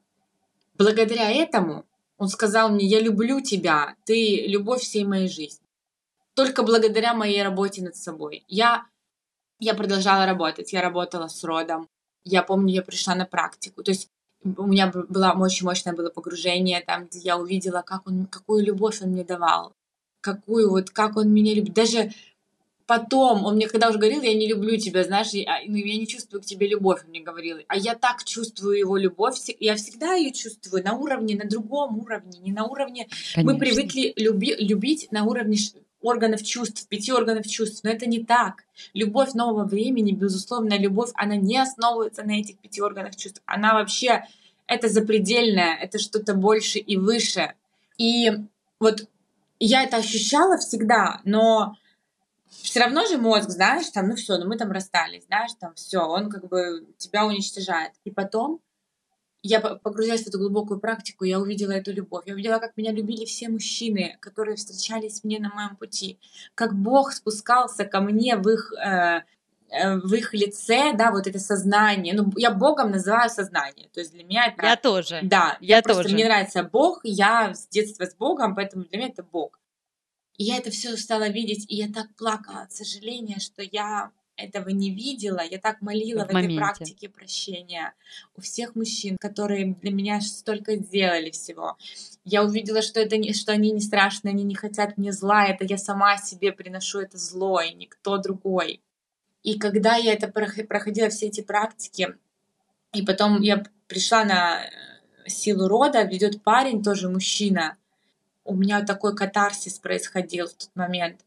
Благодаря этому он сказал мне: я люблю тебя, ты любовь всей моей жизни. Только благодаря моей работе над собой. Я, я продолжала работать, я работала с родом. Я помню, я пришла на практику. То есть у меня было очень мощное было погружение, там, где я увидела, как он, какую любовь он мне давал, какую вот, как он меня любит. Даже потом, он мне когда уже говорил: я не люблю тебя, знаешь, я, ну, я не чувствую к тебе любовь, он мне говорил. А я так чувствую его любовь, я всегда ее чувствую на уровне, на другом уровне, не на уровне... Конечно. Мы привыкли люби, любить на уровне органов чувств, пяти органов чувств, но это не так. Любовь нового времени, безусловно, любовь, она не основывается на этих пяти органах чувств. Она вообще, это запредельное, это что-то больше и выше. И вот я это ощущала всегда, но все равно же мозг, знаешь, там, ну все, ну мы там расстались, знаешь, там все, он как бы тебя уничтожает. И потом я погрузилась в эту глубокую практику, я увидела эту любовь. Я увидела, как меня любили все мужчины, которые встречались мне на моем пути. Как Бог спускался ко мне в их, э, в их лице, да, вот это сознание. Ну, я Богом называю сознание. То есть для меня это... Я тоже. Да, я, я тоже. Просто, мне нравится Бог, я с детства с Богом, поэтому для меня это Бог. И я это все стала видеть, и я так плакала от сожаления, что я этого не видела. Я так молила в, в этой практике прощения у всех мужчин, которые для меня столько сделали всего. Я увидела, что, это не, что они не страшные, они не хотят мне зла, это я сама себе приношу это зло, и никто другой. И когда я это проходила, все эти практики, и потом я пришла на силу рода, ведет парень, тоже мужчина, у меня такой катарсис происходил в тот момент.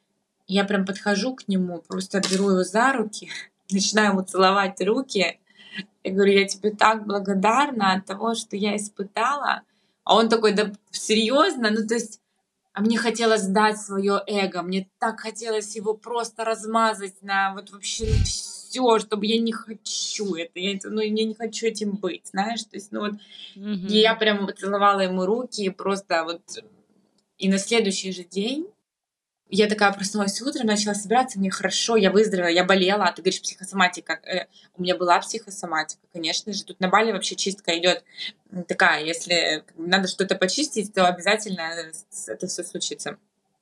Я прям подхожу к нему, просто беру его за руки, начинаю ему целовать руки. Я говорю: я тебе так благодарна от того, что я испытала. А он такой: да серьезно? Ну, то есть, а мне хотелось сдать свое эго, мне так хотелось его просто размазать на вот вообще все, чтобы я не хочу это, я, ну, я не хочу этим быть, знаешь, то есть, ну вот, mm-hmm. И я прям целовала ему руки, и просто вот, и на следующий же день я такая проснулась утром, начала собираться, мне хорошо, я выздоровела, я болела, а ты говоришь психосоматика. Э, у меня была психосоматика, конечно же. Тут на Бали вообще чистка идет такая, если надо что-то почистить, то обязательно это все случится.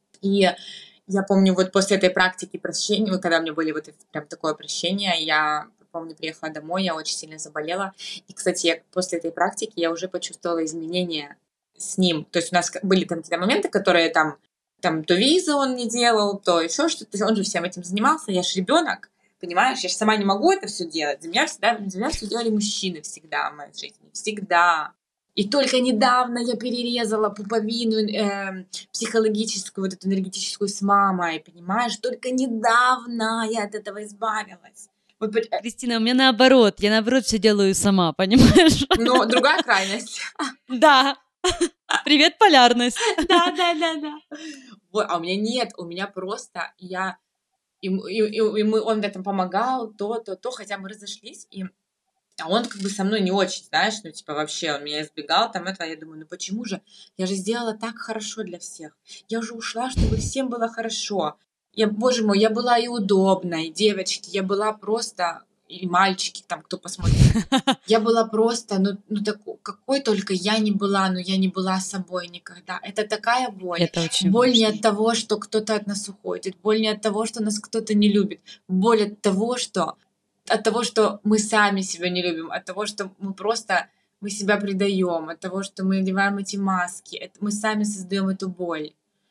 И я помню, вот после этой практики прощения, вот когда у меня были вот прям такое прощение, я помню, приехала домой, я очень сильно заболела. И, кстати, я, после этой практики я уже почувствовала изменения с ним. То есть у нас были там какие-то моменты, которые там Там то визу он не делал, то еще что-то. Он же всем этим занимался. Я же ребенок, понимаешь? Я же сама не могу это все делать. За меня всегда, за меня все делали мужчины всегда в моей жизни. Всегда. И только недавно я перерезала пуповину э, психологическую, вот эту энергетическую с мамой, понимаешь? Только недавно я от этого избавилась. Вот, Кристина, у меня наоборот. Я наоборот все делаю сама, понимаешь? Но другая крайность. Да. Привет, полярность. Да, да, да, да. Вот, а у меня нет, у меня просто я и, и, и мы, он мне там помогал, то, то, то, хотя мы разошлись, и а он как бы со мной не очень, знаешь, ну типа вообще он меня избегал, там этого, я думаю, ну почему же? Я же сделала так хорошо для всех. Я уже ушла, чтобы всем было хорошо. Я, боже мой, я была и удобной, девочки, я была просто и мальчики, там, кто посмотрит. Я была просто, ну, ну так, какой только я не была, но я не была собой никогда. Это такая боль. Это очень боль важно. Не от того, что кто-то от нас уходит, боль не от того, что нас кто-то не любит, боль от того, что от того, что мы сами себя не любим, от того, что мы просто мы себя предаем, от того, что мы надеваем эти маски, это мы сами создаем эту боль.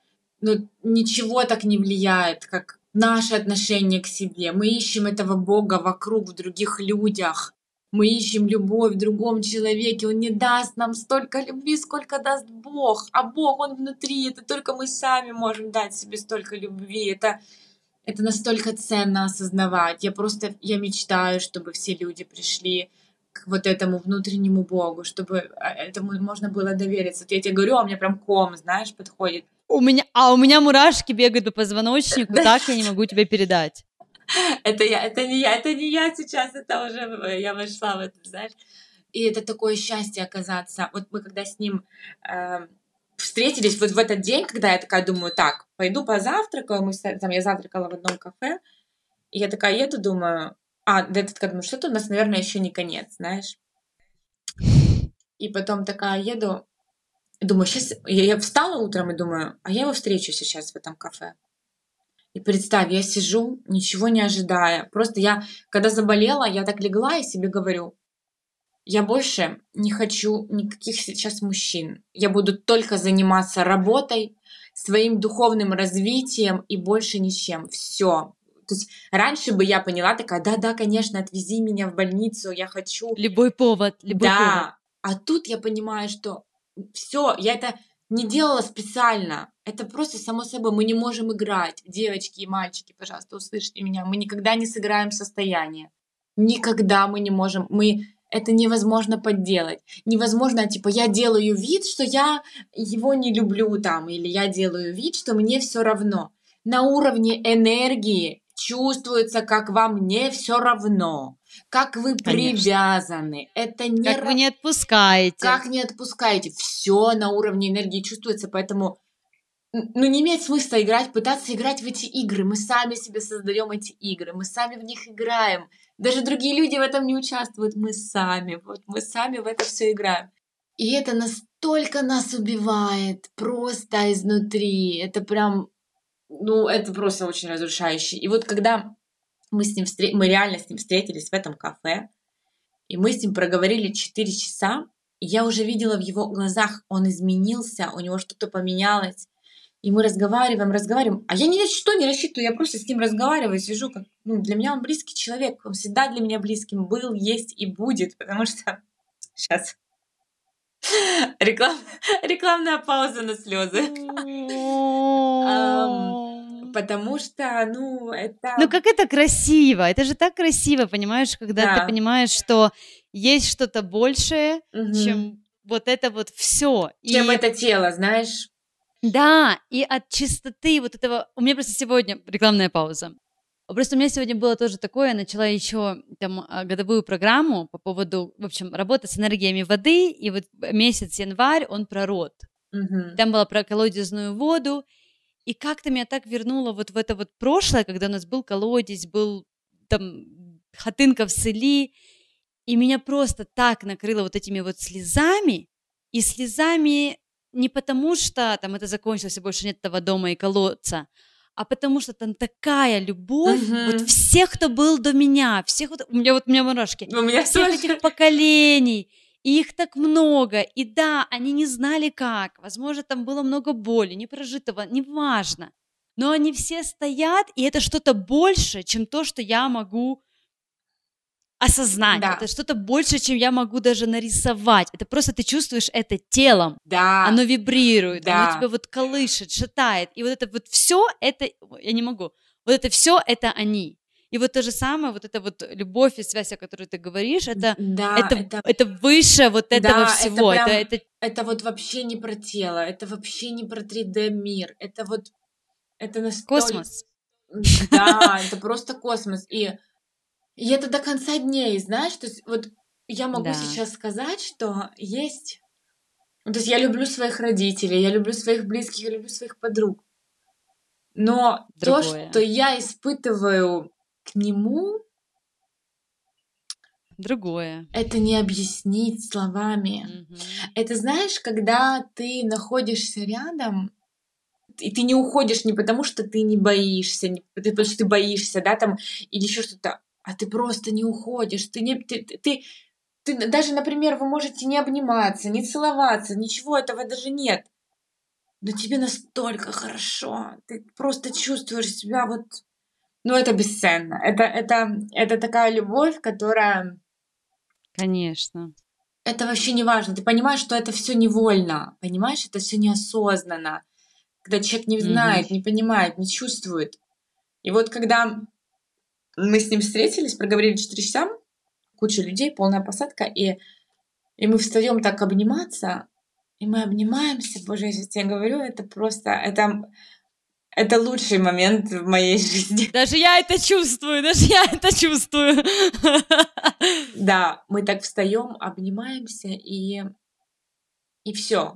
Но ничего так не влияет, как наше отношение к себе. Мы ищем этого Бога вокруг, в других людях. Мы ищем любовь в другом человеке. Он не даст нам столько любви, сколько даст Бог. А Бог, Он внутри. Это только мы сами можем дать себе столько любви. Это, это настолько ценно осознавать. Я просто я мечтаю, чтобы все люди пришли к вот этому внутреннему Богу, чтобы этому можно было довериться. Вот я тебе говорю, а у меня прям ком, знаешь, подходит. У меня, а у меня мурашки бегают по позвоночнику, так я не могу тебе передать. Это я, это не я, это не я сейчас, это уже я вошла в это, знаешь. И это такое счастье оказаться. Вот мы когда с ним э, встретились вот в этот день, когда я такая думаю, так, пойду позавтракаю, мы с- там я завтракала в одном кафе, и я такая еду, думаю, а, да, этот, думаю, что-то у нас, наверное, еще не конец, знаешь. И потом такая еду, думаю, сейчас я, я встала утром и думаю, а я его встречу сейчас в этом кафе. И представь, я сижу, ничего не ожидая. Просто я, когда заболела, я так легла и себе говорю, я больше не хочу никаких сейчас мужчин. Я буду только заниматься работой, своим духовным развитием и больше ничем. Все. То есть раньше бы я поняла такая, да-да, конечно, отвези меня в больницу, я хочу. Любой повод, любой повод. Да. А тут я понимаю, что все, я это не делала специально. Это просто само собой. Мы не можем играть. Девочки и мальчики, пожалуйста, услышьте меня. Мы никогда не сыграем состояние. Никогда мы не можем. Мы это невозможно подделать. Невозможно, типа, я делаю вид, что я его не люблю там, или я делаю вид, что мне все равно. На уровне энергии чувствуется, как вам не все равно, как вы Конечно. привязаны. Это не Как вы не отпускаете. как не отпускаете. Все на уровне энергии чувствуется, поэтому н- ну, не имеет смысла играть, пытаться играть в эти игры. Мы сами себе создаем эти игры, мы сами в них играем. Даже другие люди в этом не участвуют, мы сами. Вот мы сами в это все играем. И это настолько нас убивает, просто изнутри. Это прям, ну, это просто очень разрушающе. И вот когда мы с ним встр- мы реально с ним встретились в этом кафе, и мы с ним проговорили четыре часа, и я уже видела в его глазах, он изменился, у него что-то поменялось. И мы разговариваем, разговариваем. А я ни на что не рассчитываю, я просто с ним разговариваю, сижу. Как, ну, для меня он близкий человек, он всегда для меня близким был, есть и будет, потому что сейчас реклам... рекламная пауза на слезы. Потому что, ну, Ну, это... как это красиво! Это же так красиво, понимаешь, когда ты Да. понимаешь, что есть что-то большее, Мгм. чем вот это вот все. Чем И это тело, знаешь? да, и от чистоты вот этого... У меня просто сегодня рекламная пауза. Просто у меня сегодня было тоже такое, я начала еще там а, годовую программу по поводу, в общем, работы с энергиями воды, и вот месяц январь, он про род. Мгм. Там было про колодезную воду, и как-то меня так вернуло вот в это вот прошлое, когда у нас был колодец, был там хатынка в селе, и меня просто так накрыло вот этими вот слезами, и слезами не потому, что там это закончилось, и больше нет этого дома и колодца, а потому что там такая любовь, вот Мгм. всех, кто был до меня, всех вот, у меня вот у меня мурашки, У меня всех тоже. этих поколений, и их так много, и да, они не знали как, возможно, там было много боли, непрожитого, неважно, но они все стоят, и это что-то больше, чем то, что я могу осознать. Да. Это что-то больше, чем я могу даже нарисовать. Это просто ты чувствуешь это телом. Да. Оно вибрирует, оно Да. тебя вот колышет, шатает. И вот это вот все, это, я не могу, вот это все, это они. И вот то же самое, вот эта вот любовь и связь, о которой ты говоришь, это, Да, это, это, это выше вот этого да, это всего. Это, прям, это это вот вообще не про тело, это вообще не про три дэ мир, это вот, это настолько, космос. да, это просто космос. И, и это до конца дней, знаешь, то есть вот я могу Да, сейчас сказать, что есть, ну, то есть я люблю своих родителей, я люблю своих близких, я люблю своих подруг, но то, что другое. я испытываю к нему, Другое. это не объяснить словами. Мгм. Это знаешь, когда ты находишься рядом, и ты не уходишь не потому, что ты не боишься, не потому что ты боишься, да, там, или еще что-то, а ты просто не уходишь. Ты не, ты, ты, ты, ты даже, например, вы можете не обниматься, не целоваться, ничего этого даже нет. Но тебе настолько хорошо, ты просто чувствуешь себя вот, ну это бесценно. Это, это, это такая любовь, которая, Конечно. это вообще не важно. Ты понимаешь, что это все невольно, понимаешь, это все неосознанно. Когда человек не Мгм. знает, не понимает, не чувствует. И вот когда мы с ним встретились, проговорили четыре часа, куча людей, полная посадка, и, и мы встаем так обниматься, и мы обнимаемся, боже, я сейчас тебе говорю, это просто, это, Это лучший момент в моей жизни. Даже я это чувствую, даже я это чувствую. Да, мы так встаем, обнимаемся, и, и все.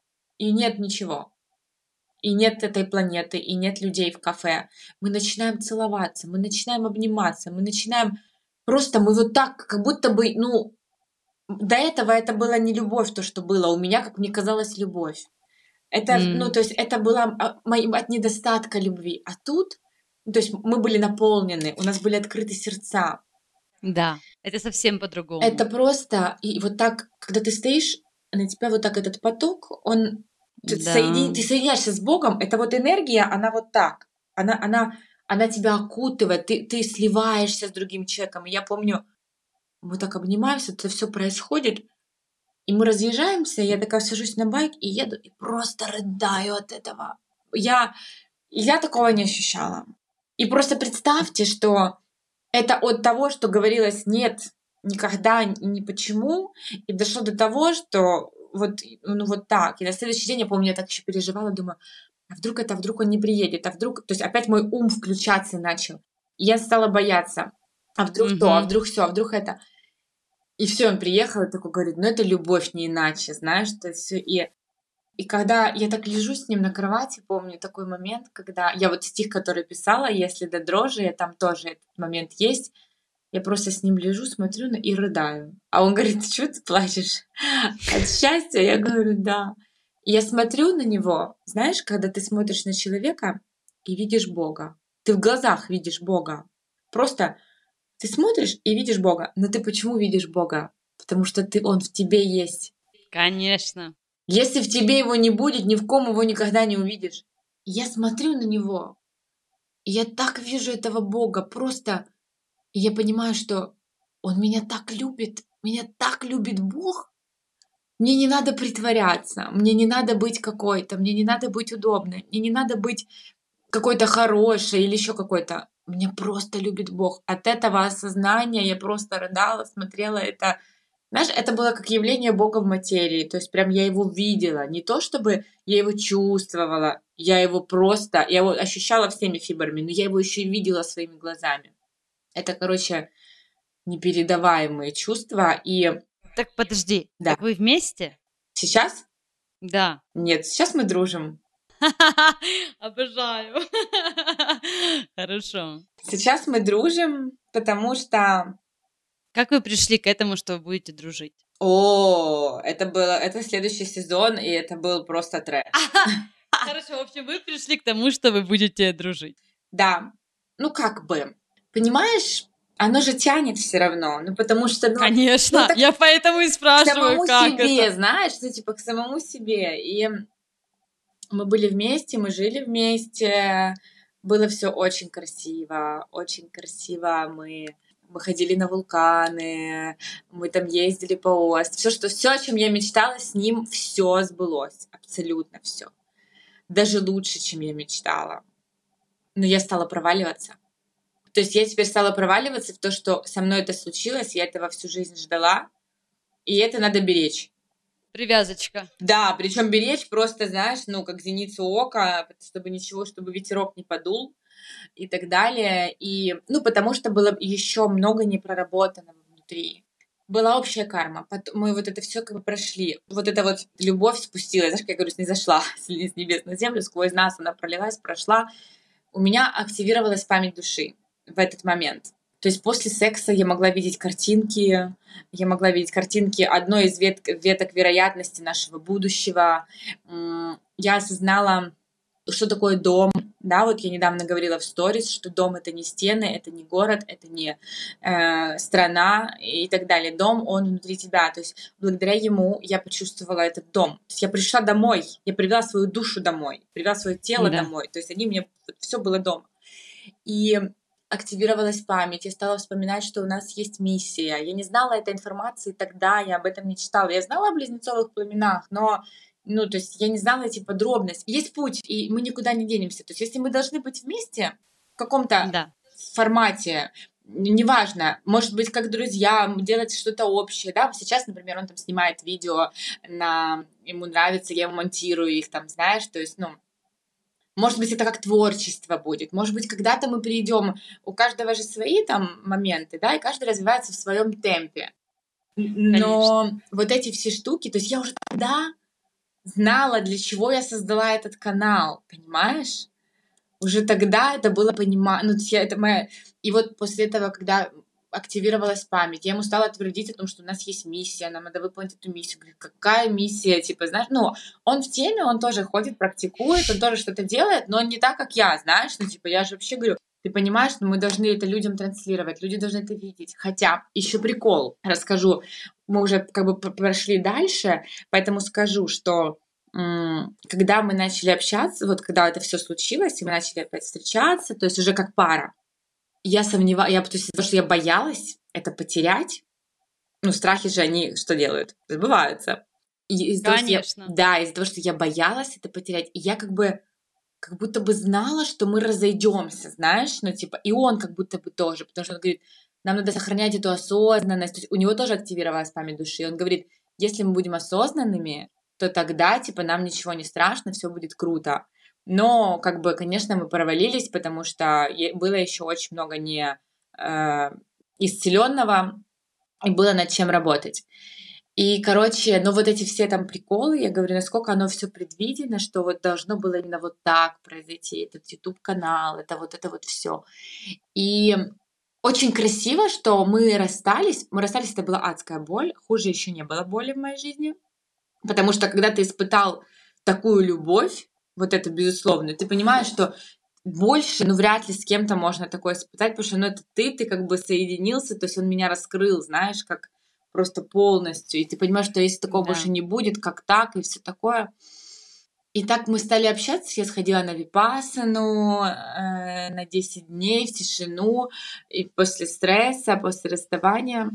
И нет ничего. И нет этой планеты, и нет людей в кафе. Мы начинаем целоваться, мы начинаем обниматься, мы начинаем просто, мы вот так, как будто бы, ну, до этого это была не любовь, то, что было. У меня, как мне казалось, любовь. Это, ну, М, то есть это было а, моим- от недостатка любви. А тут, ну, то есть мы были наполнены, у нас были открыты сердца. Да, это совсем Это по-другому. просто, и вот так, когда ты стоишь, на тебя вот так этот поток, он, ты, соедини- Да. ты соединяешься с Богом, это вот энергия, она вот так, она, она, она тебя окутывает, ты, ты сливаешься с другим человеком. И я помню, мы так обнимаемся, это все происходит, и мы разъезжаемся, я такая сажусь на байк и еду, и просто рыдаю от этого. Я, я такого не ощущала. И просто представьте, что это от того, что говорилось «нет», никогда, ни почему, и дошло до того, что вот, ну вот так. И на следующий день, я помню, я так еще переживала, думаю, а вдруг это, а вдруг он не приедет, а вдруг... То есть опять мой ум включаться начал. И я стала бояться. А вдруг то, а Мгм. вдруг все, а вдруг это. И все, он приехал и такой говорит, ну это любовь не иначе, знаешь, то есть всё. И и когда я так лежу с ним на кровати, помню такой момент, когда я вот стих, который писала, если до дрожи, там тоже этот момент есть. Я просто с ним лежу, смотрю на и рыдаю. А он говорит: "Чё ты плачешь? От счастья?" Я говорю: "Да". И я смотрю на него, знаешь, когда ты смотришь на человека и видишь Бога. Ты в глазах видишь Бога. Просто ты смотришь и видишь Бога. Но ты почему видишь Бога? Потому что ты он в тебе есть. Конечно. Если в тебе его не будет, ни в ком его никогда не увидишь. И я смотрю на него, и я так вижу этого Бога, просто и я понимаю, что он меня так любит, меня так любит Бог. Мне не надо притворяться, мне не надо быть какой-то, мне не надо быть удобной, мне не надо быть какой-то хорошей или еще какой-то. Меня просто любит Бог. От этого осознания я просто рыдала, смотрела это. Знаешь, это было как явление Бога в материи. То есть прям я его видела. Не то чтобы я его чувствовала, я его просто, я его ощущала всеми фибрами, но я его еще и видела своими глазами. Это, короче, непередаваемые чувства. И Так подожди, да, так вы вместе? сейчас Да. нет, сейчас мы дружим. Обожаю. Хорошо. Сейчас мы дружим, потому что Как вы пришли к этому, что вы будете дружить? о, это было, это следующий сезон, и это был просто трэш. Хорошо, в общем, вы пришли к тому, что вы будете дружить. Да, ну как бы, понимаешь, оно же тянет все равно, ну потому что, ну, ну Конечно, так я поэтому и к спрашиваю, самому как себе, это. знаешь, ну типа к самому себе. И мы были вместе, мы жили вместе, было все очень красиво, очень красиво. Мы мы ходили на вулканы, мы там ездили по ОС. Все, что все, о чем я мечтала, с ним все сбылось, абсолютно все, даже лучше, чем я мечтала. Но я стала проваливаться. То есть я теперь стала проваливаться в то, что со мной это случилось, я этого всю жизнь ждала, и это надо беречь. Привязочка. Да, причем беречь просто, знаешь, ну, как зеницу ока, чтобы ничего, чтобы ветерок не подул и так далее. И, ну, потому что было еще много непроработанного внутри. Была общая карма. Пот- Мы вот это все как бы прошли. Вот эта вот любовь спустилась, знаешь, как я говорю, не зашла с небес на землю, сквозь нас она пролилась, прошла. У меня активировалась память души в этот момент. То есть после секса я могла видеть картинки, я могла видеть картинки одной из вет- веток вероятности нашего будущего. М, Я осознала, что такое дом. Да, вот я недавно говорила в сторис, что дом это не стены, это не город, это не э, страна и так далее. Дом, он внутри тебя. То есть благодаря ему я почувствовала этот дом. То есть я пришла домой, я привела свою душу домой, привела свое тело Да. домой. То есть они мне, все было дома. И активировалась память, я стала вспоминать, что у нас есть миссия. Я не знала этой информации тогда, я об этом не читала. Я знала о близнецовых пламенах, но ну, то есть я не знала эти подробности. Есть путь, и мы никуда не денемся. То есть если мы должны быть вместе в каком-то Да. формате, неважно, может быть, как друзья, делать что-то общее, да, сейчас, например, он там снимает видео, на... ему нравится, я монтирую их там, знаешь, то есть, ну, Может быть, это как творчество будет. Может быть, когда-то мы придем, у каждого же свои там моменты, да, и каждый развивается в своем темпе. Конечно. Но вот эти все штуки, то есть я уже тогда знала, для чего я создала этот канал, понимаешь? Уже тогда это было понимание, ну, то есть я, это моя... И вот после этого, когда активировалась память, я ему стала твердить о том, что у нас есть миссия, нам надо выполнить эту миссию. Говорю, какая миссия? Типа, знаешь, ну, он в теме, он тоже ходит, практикует, он тоже что-то делает, но не так, как я, знаешь, ну, типа, я же вообще говорю, ты понимаешь, что мы должны это людям транслировать, люди должны это видеть. Хотя, еще прикол, расскажу, мы уже как бы прошли дальше, поэтому скажу, что когда мы начали общаться, вот когда это все случилось, и мы начали опять встречаться, то есть уже как пара, я сомневалась, я, то есть то, что я боялась это потерять, ну, страхи же, они что делают? Сбываются. И из-за того, что я, Конечно. да, из-за того, что я боялась это потерять, и я как бы, как будто бы знала, что мы разойдемся, знаешь, ну, типа, и он как будто бы тоже, потому что он говорит, нам надо сохранять эту осознанность, то есть у него тоже активировалась память души, он говорит, если мы будем осознанными, то тогда, типа, нам ничего не страшно, все будет круто. Но, как бы, конечно, мы провалились, потому что было еще очень много не э, исцеленного, и было над чем работать. И, короче, ну вот эти все там приколы, я говорю, насколько оно все предвидено, что вот должно было именно вот так произойти, этот YouTube-канал, это вот это вот все. И очень красиво, что мы расстались. Мы расстались, это была адская боль. Хуже еще не было боли в моей жизни. Потому что когда ты испытал такую любовь, вот это безусловно, ты понимаешь, что больше, ну, вряд ли с кем-то можно такое испытать, потому что, ну, это ты, ты как бы соединился, то есть он меня раскрыл, знаешь, как просто полностью, и ты понимаешь, что если такого Да. больше не будет, как так, и все такое. И так мы стали общаться, я сходила на випассану э, на десять дней в тишину, и после стресса, после расставания,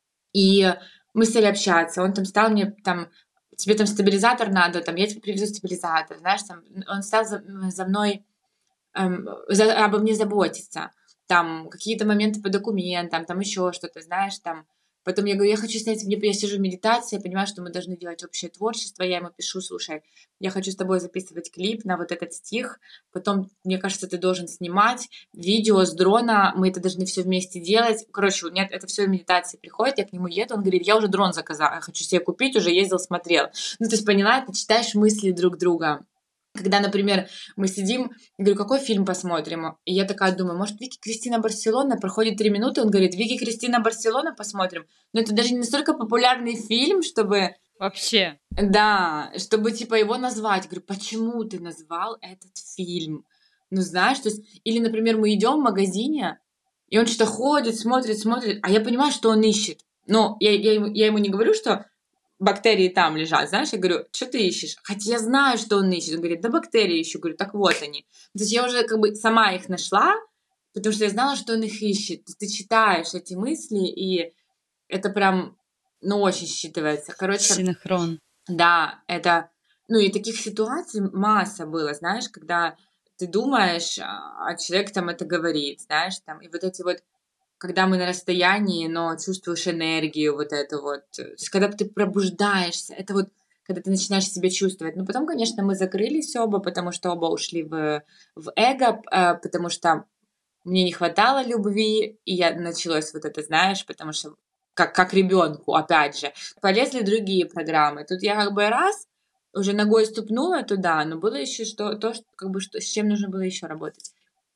и мы стали общаться, он там стал мне там, тебе там стабилизатор надо, там, я тебе привезу стабилизатор, знаешь, там, он стал за, за мной эм, за, обо мне заботиться, там какие-то моменты по документам, там еще что-то, знаешь, там. Потом я говорю, я хочу снять, мне, я сижу в медитации, я понимаю, что мы должны делать общее творчество, я ему пишу, слушай, я хочу с тобой записывать клип на вот этот стих, потом, мне кажется, ты должен снимать видео с дрона, мы это должны все вместе делать. Короче, у меня это все в медитации приходит, я к нему еду, он говорит, я уже дрон заказал, я хочу себе купить, уже ездил, смотрел. Ну, то есть, поняла, ты читаешь мысли друг друга. Когда, например, мы сидим, я говорю, какой фильм посмотрим? И я такая думаю, может, Вики Кристина Барселона? Проходит три минуты, он говорит, Вики Кристина Барселона посмотрим. Но это даже не настолько популярный фильм, чтобы... Вообще. Да, чтобы, типа, его назвать. Говорю, почему ты назвал этот фильм? Ну, знаешь, то есть... Или, например, мы идем в магазине, и он что-то ходит, смотрит, смотрит, а я понимаю, что он ищет. Но я, я, ему, я ему не говорю, что бактерии там лежат, знаешь, я говорю, что ты ищешь? Хотя я знаю, что он ищет. Он говорит, да бактерии ищу. Говорю, так вот они. То есть я уже как бы сама их нашла, потому что я знала, что он их ищет. То есть ты читаешь эти мысли, и это прям, ну, очень считывается. Короче, Синхрон. да, это, ну, и таких ситуаций масса было, знаешь, когда ты думаешь, а человек там это говорит, знаешь, там, и вот эти вот когда мы на расстоянии, но чувствуешь энергию вот эту вот. То есть когда ты пробуждаешься, это вот когда ты начинаешь себя чувствовать. Но потом, конечно, мы закрылись оба, потому что оба ушли в, в эго, э, потому что мне не хватало любви, и я началось вот это, знаешь, потому что как, как ребенку, опять же, полезли другие программы. Тут я как бы раз уже ногой ступнула туда, но было еще что, то, что, как бы, что, с чем нужно было еще работать.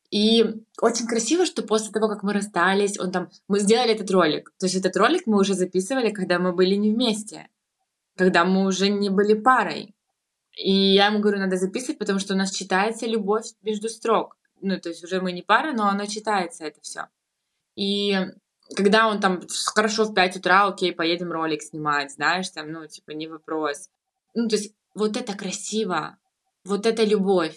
И очень красиво, что после того, как мы расстались, он там, мы сделали этот ролик. То есть этот ролик мы уже записывали, когда мы были не вместе, когда мы уже не были парой. И я ему говорю, надо записывать, потому что у нас читается любовь между строк. Ну, то есть уже мы не пара, но оно читается, это все. И когда он там, хорошо, в пять утра, окей, поедем ролик снимать, знаешь, там, ну, типа, не вопрос. Ну, то есть вот это красиво, вот это любовь.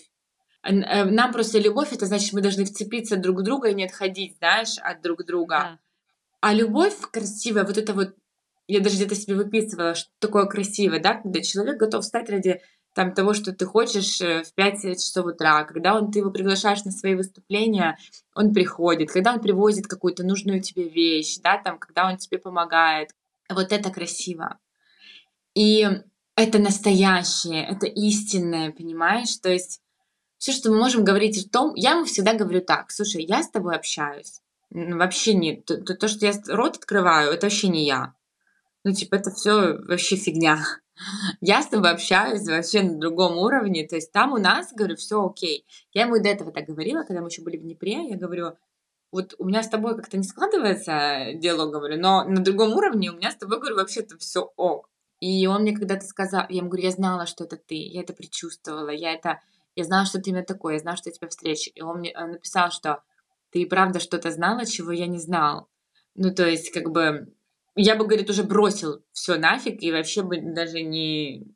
Нам просто любовь, это значит, мы должны вцепиться друг в друга и не отходить, знаешь, от друг друга. Да. А любовь красивая, вот это вот, я даже где-то себе выписывала, что такое красивое, да, когда человек готов встать ради там, того, что ты хочешь в пять часов утра, когда он, ты его приглашаешь на свои выступления, он приходит, когда он привозит какую-то нужную тебе вещь, да, там, когда он тебе помогает. Вот это красиво. И это настоящее, это истинное, понимаешь? То есть Все, что мы можем говорить о том, я ему всегда говорю так: слушай, я с тобой общаюсь. М, Вообще нет. То, то- то, что я с- рот открываю, это вообще не я. Ну, типа, это все вообще фигня. Я с тобой общаюсь вообще на другом уровне. То есть там у нас, говорю, все окей. Я ему и до этого так говорила, когда мы еще были в Днепре. Я говорю, вот у меня с тобой как-то не складывается диалог, говорю, но на другом уровне у меня с тобой, говорю, вообще-то все ок. И он мне когда-то сказал, я ему говорю, я знала, что это ты, я это предчувствовала, я это, я знала, что ты именно такой, я знала, что я тебя встречу. И он мне э, написал, что ты и правда что-то знала, чего я не знал. Ну, то есть, как бы, я бы, говорит, уже бросил все нафиг и вообще бы даже не,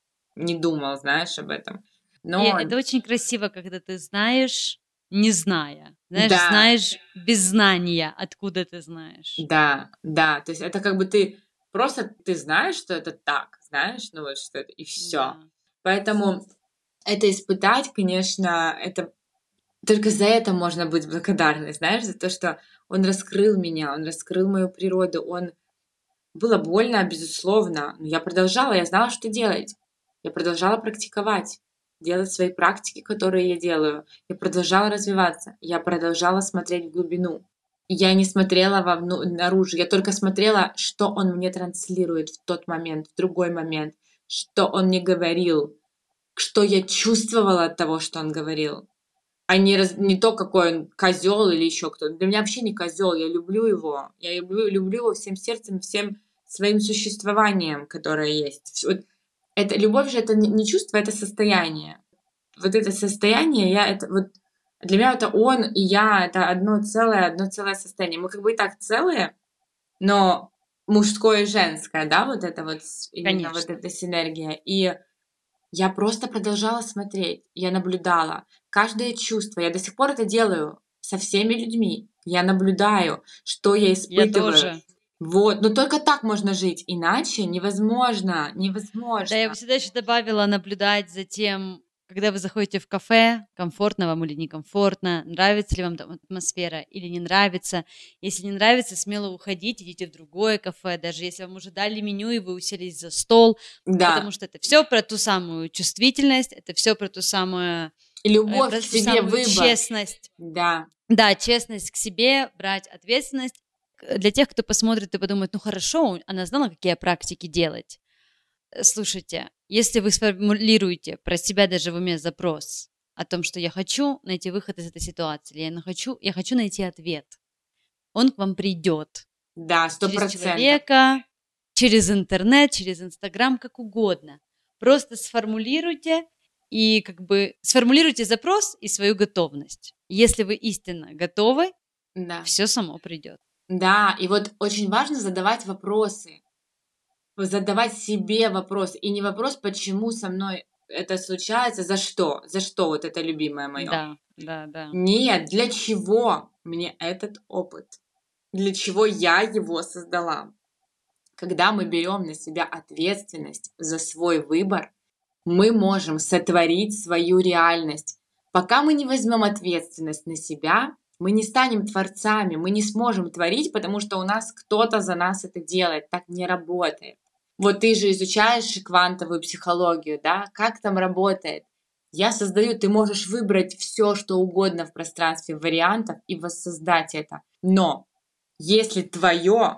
не думал, знаешь, об этом. И Но это очень красиво, когда ты знаешь, не зная. Знаешь, да, знаешь без знания, откуда ты знаешь. да, да, то есть это как бы ты просто ты знаешь, что это так, знаешь, ну вот что это, и все. Да. Поэтому это испытать, конечно, это только за это можно быть благодарной, знаешь, за то, что он раскрыл меня, он раскрыл мою природу, он было больно, безусловно, но я продолжала, я знала, что делать. Я продолжала практиковать, делать свои практики, которые я делаю. Я продолжала развиваться, я продолжала смотреть в глубину. Я не смотрела вовну наружу, я только смотрела, что он мне транслирует в тот момент, в другой момент, что он мне говорил, что я чувствовала от того, что он говорил, а не раз не то, какой он козел или еще кто-то. Для меня вообще не козел, я люблю его. Я люблю люблю его всем сердцем, всем своим существованием, которое есть. Вот это любовь же это не не чувство, это состояние. Вот это состояние, я это вот для меня это он и я, это одно целое, одно целое состояние. Мы как бы и так целые, но мужское и женское, да, вот это вот с именно вот Конечно. эта синергия. И я просто продолжала смотреть, я наблюдала каждое чувство. Я до сих пор это делаю со всеми людьми. Я наблюдаю, что я Я испытываю. тоже. Вот, но только так можно жить, иначе невозможно, Да, я бы невозможно. всегда еще добавила наблюдать за тем, когда вы заходите в кафе, комфортно вам или некомфортно, нравится ли вам там атмосфера или не нравится. Если не нравится, смело уходить, идите в другое кафе, даже если вам уже дали меню и вы уселись за стол, потому Да, что это все про ту самую чувствительность, это все про ту самую, и э, любовь про к ту себе, самую выбор. честность. Да, Да, честность к себе, брать ответственность. К- Для тех, кто посмотрит и подумает, ну хорошо, она знала, какие практики делать. Э, Слушайте, если вы сформулируете про себя даже в уме запрос о том, что я хочу найти выход из этой ситуации, или я на- хочу, я хочу найти ответ, он к вам придет да, сто через процентов. человека, через интернет, через Инстаграм, как угодно. Просто сформулируйте и как бы сформулируйте запрос и свою готовность. Если вы истинно готовы, Да, все само придет. да, и вот очень важно задавать вопросы, задавать себе вопрос, и не вопрос, почему со мной это случается, за что, за что, вот это любимое мое. Да, да, да. Нет, для чего мне этот опыт? Для чего я его создала? Когда мы берем на себя ответственность за свой выбор, мы можем сотворить свою реальность. Пока мы не возьмем ответственность на себя, мы не станем творцами, мы не сможем творить, потому что у нас кто-то за нас это делает. Так не работает. Вот ты же изучаешь квантовую психологию, да? Как там работает? Я создаю, ты можешь выбрать все, что угодно в пространстве вариантов и воссоздать это. Но если твое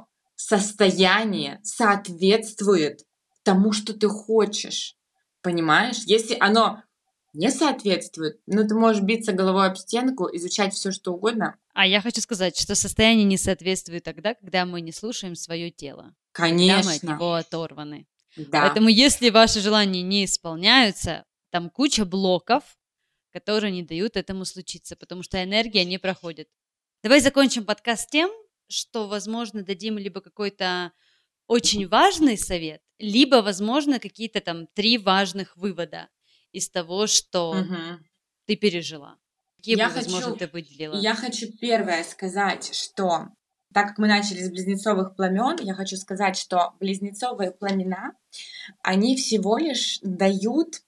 состояние соответствует тому, что ты хочешь, понимаешь? Если оно не соответствует, ну ты можешь биться головой об стенку, изучать все, что угодно. А я хочу сказать, что состояние не соответствует тогда, когда мы не слушаем свое тело, когда мы от Конечно, него оторваны. да. Поэтому если ваши желания не исполняются, там куча блоков, которые не дают этому случиться, потому что энергия не проходит. Давай закончим подкаст тем, что, возможно, дадим либо какой-то очень важный совет, либо, возможно, какие-то там три важных вывода из того, что Мгм. ты пережила. Какие Я бы, возможно, хочу, ты выделила? я хочу первое сказать, что так как мы начали с близнецовых пламен, я хочу сказать, что близнецовые пламена, они всего лишь дают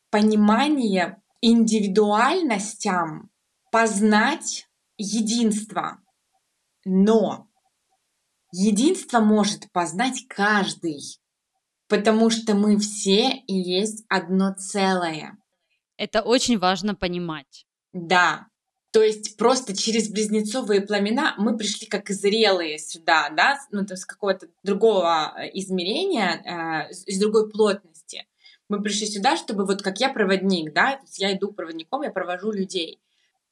понимание индивидуальностям познать единство. Но единство может познать каждый, потому что мы все и есть одно целое. Это очень важно понимать. Да. То есть просто через близнецовые пламена мы пришли как зрелые сюда, да, ну, то есть с какого-то другого измерения, э, из другой плотности. Мы пришли сюда, чтобы вот как я проводник, да, то есть я иду проводником, я провожу людей.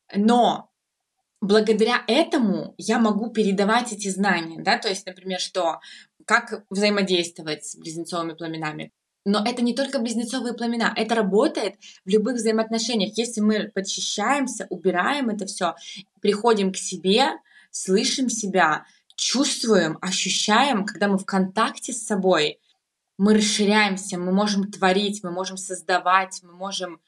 Но благодаря этому я могу передавать эти знания, да, то есть, например, что как взаимодействовать с близнецовыми пламенами. Но это не только близнецовые пламена, это работает в любых взаимоотношениях. Если мы подчищаемся, убираем это все, приходим к себе, слышим себя, чувствуем, ощущаем, когда мы в контакте с собой, мы расширяемся, мы можем творить, мы можем создавать, мы можем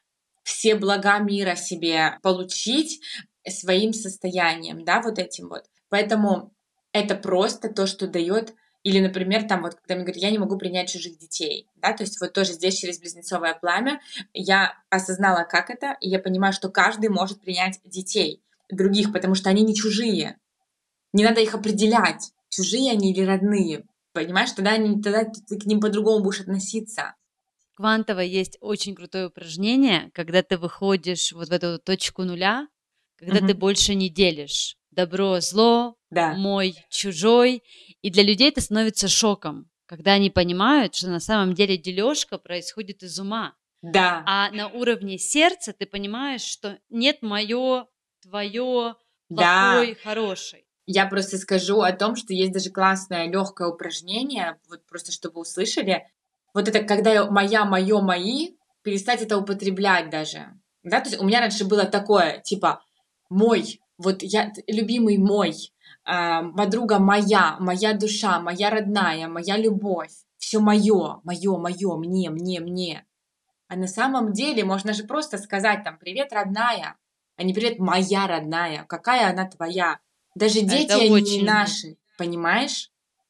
все блага мира себе получить своим состоянием, да, вот этим вот. Поэтому это просто то, что дает. Или, например, там вот, когда мне говорят, я не могу принять чужих детей, да, то есть вот тоже здесь через близнецовое пламя я осознала, как это, и я понимаю, что каждый может принять детей других, потому что они не чужие. Не надо их определять, чужие они или родные, понимаешь, тогда, они, тогда ты к ним по-другому будешь относиться. Квантово есть очень крутое упражнение, когда ты выходишь вот в эту точку нуля, когда Мгм. ты больше не делишь добро, зло, Да. мой, чужой. И для людей это становится шоком, когда они понимают, что на самом деле дележка происходит из ума. Да. А на уровне сердца ты понимаешь, что нет мое, твое, Да. плохой, хороший. Я просто скажу о том, что есть даже классное легкое упражнение, вот просто чтобы услышали. Вот это когда моя, мое, мои, перестать это употреблять даже. Да, то есть у меня раньше было такое, типа мой, вот я любимый мой, э, подруга моя, моя душа, моя родная, моя любовь, все мое, мое, мое, мне, мне, мне. А на самом деле можно же просто сказать там привет, родная, а не привет, моя родная, какая она твоя. Даже дети, Это они не очень наши, понимаешь?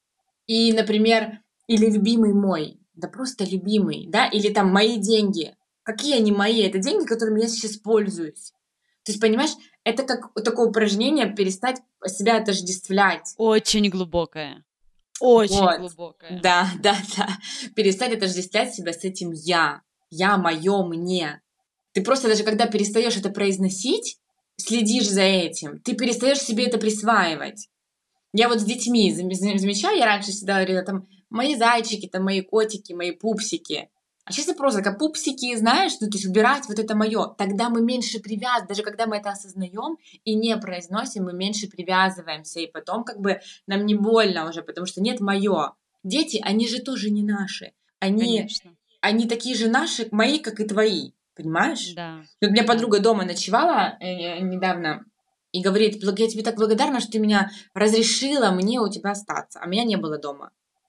И, например, или любимый мой, да просто любимый, да, или там мои деньги. Какие они мои? Это деньги, которыми я сейчас пользуюсь. То есть, понимаешь, это как такое упражнение перестать себя отождествлять. очень глубокое. Очень Вот. глубокое. Да, да, да. Перестать отождествлять себя с этим я. Я, мое, мне. Ты просто даже когда перестаешь это произносить, следишь за этим, ты перестаешь себе это присваивать. Я вот с детьми замечаю, я раньше всегда говорила, там, мои зайчики, там, мои котики, мои пупсики. А сейчас я просто как пупсики, знаешь, ну, то есть убирать вот это мое. Тогда мы меньше привязываем, даже когда мы это осознаем и не произносим, мы меньше привязываемся. И потом как бы нам не больно уже, потому что нет мое. Дети, они же тоже не наши. Они, Конечно. они такие же наши, мои, как и твои. Понимаешь? Да. Вот у меня да. подруга дома ночевала э, недавно и говорит, я тебе так благодарна, что ты меня разрешила мне у тебя остаться, а меня не было дома.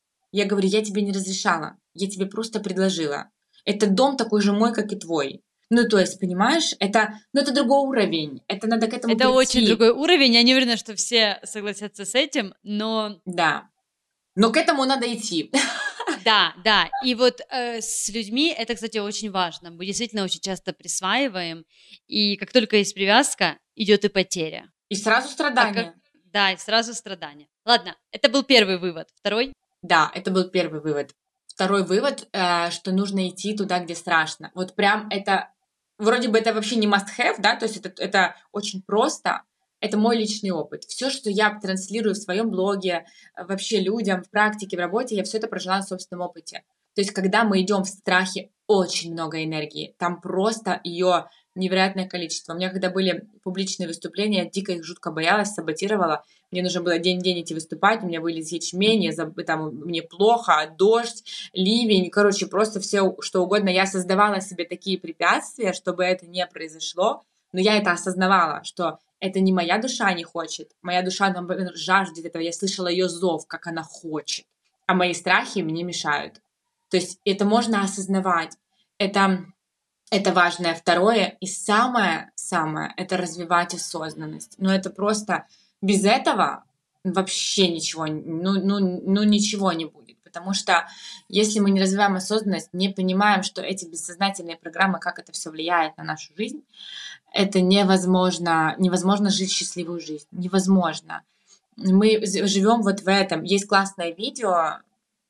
Я говорю, я тебе не разрешала, я тебе просто предложила. Этот дом такой же мой, как и твой. Ну, то есть, понимаешь, это, ну, это другой уровень, это надо к этому Это прийти. очень другой уровень, я не уверена, что все согласятся с этим, но... Да, но к этому надо идти. Да, да, и вот э, с людьми это, кстати, очень важно. Мы действительно очень часто присваиваем, и как только есть привязка, идет и потеря. И сразу А страдания. как... Да, и сразу страдания. Ладно, это был первый вывод. Второй? Да, это был первый вывод. Второй вывод, э, что нужно идти туда, где страшно. Вот прям это, вроде бы это вообще не must-have, да, то есть это, это очень просто. Это мой личный опыт. Все, что я транслирую в своем блоге, вообще людям, в практике, в работе, я все это прожила на собственном опыте. То есть, когда мы идем в страхе, очень много энергии. Там просто ее невероятное количество. У меня, когда были публичные выступления, я дико их жутко боялась, саботировала. Мне нужно было день-день идти выступать, у меня были ячмени, там, мне плохо, дождь, ливень, короче, просто все, что угодно. Я создавала себе такие препятствия, чтобы это не произошло, но я это осознавала, что это не моя душа не хочет, моя душа например, жаждет этого, я слышала ее зов, как она хочет, а мои страхи мне мешают. То есть это можно осознавать. Это, это важное. Второе и самое-самое — это развивать осознанность. Но это просто без этого вообще ничего, ну, ну, ну ничего не будет. Потому что если мы не развиваем осознанность, не понимаем, что эти бессознательные программы, как это все влияет на нашу жизнь, это невозможно, невозможно жить счастливую жизнь. Невозможно. Мы живем вот в этом. Есть классное видео,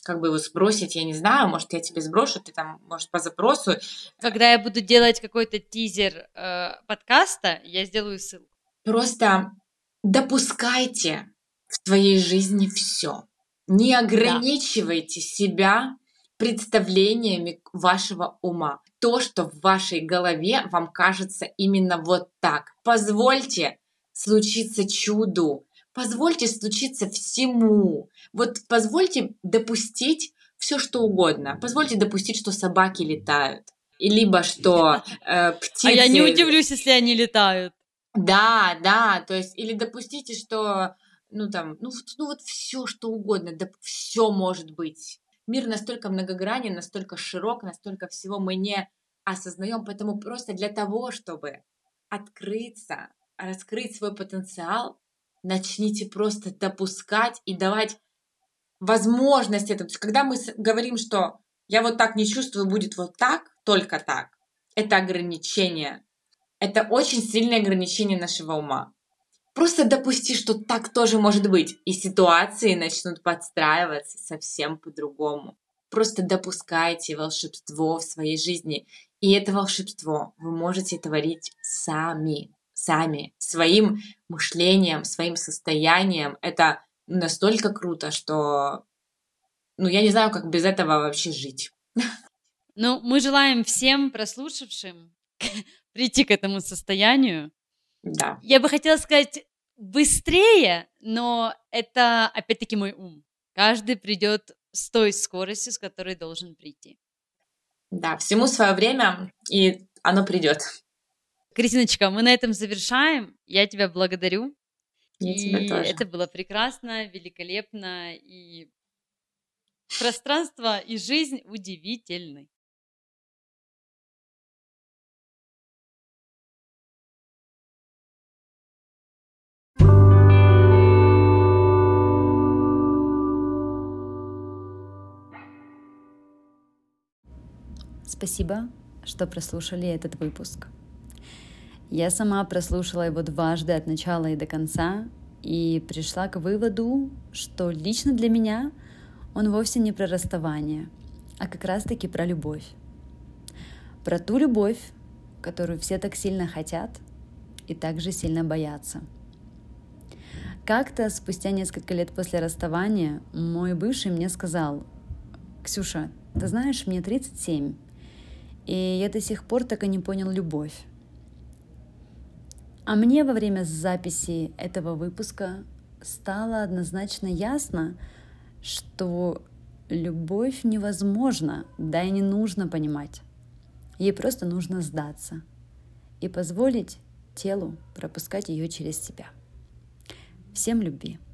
как бы его сбросить, я не знаю, может, я тебе сброшу, ты там, может, по запросу. Когда я буду делать какой-то тизер э, подкаста, я сделаю ссылку. Просто допускайте в своей жизни все. Не ограничивайте да. себя представлениями вашего ума. То, что в вашей голове вам кажется именно вот так. Позвольте случиться чуду. Позвольте случиться всему. Вот позвольте допустить все, что угодно. Позвольте допустить, что собаки летают. И либо что э, птицы... А я не удивлюсь, если они летают. Да, да, то есть, или допустите, что, ну там, ну, ну вот все, что угодно, да все может быть. Мир настолько многогранен, настолько широк, настолько всего мы не осознаем, поэтому просто для того, чтобы открыться, раскрыть свой потенциал, начните просто допускать и давать возможность этому. То есть, когда мы говорим, что я вот так не чувствую, будет вот так, только так, это ограничение. Это очень сильное ограничение нашего ума. Просто допусти, что так тоже может быть, и ситуации начнут подстраиваться совсем по-другому. Просто допускайте волшебство в своей жизни, и это волшебство вы можете творить сами, сами, своим мышлением, своим состоянием. Это настолько круто, что, ну, я не знаю, как без этого вообще жить. Ну, мы желаем всем прослушавшим прийти к этому состоянию. Да. Я бы хотела сказать быстрее, но это опять-таки мой ум. Каждый придет с той скоростью, с которой должен прийти. Да, всему свое время, и оно придет. Кристиночка, мы на этом завершаем. Я тебя благодарю. Я и тебя тоже. Это было прекрасно, великолепно, и пространство и жизнь удивительны. Спасибо, что прослушали этот выпуск. Я сама прослушала его дважды от начала и до конца и пришла к выводу, что лично для меня он вовсе не про расставание, а как раз-таки про любовь. Про ту любовь, которую все так сильно хотят и так же сильно боятся. Как-то спустя несколько лет после расставания мой бывший мне сказал: «Ксюша, ты знаешь, мне тридцать семь, и я до сих пор так и не понял любовь». А мне во время записи этого выпуска стало однозначно ясно, что любовь невозможна, да и не нужно понимать. Ей просто нужно сдаться и позволить телу пропускать ее через себя. Всем любви!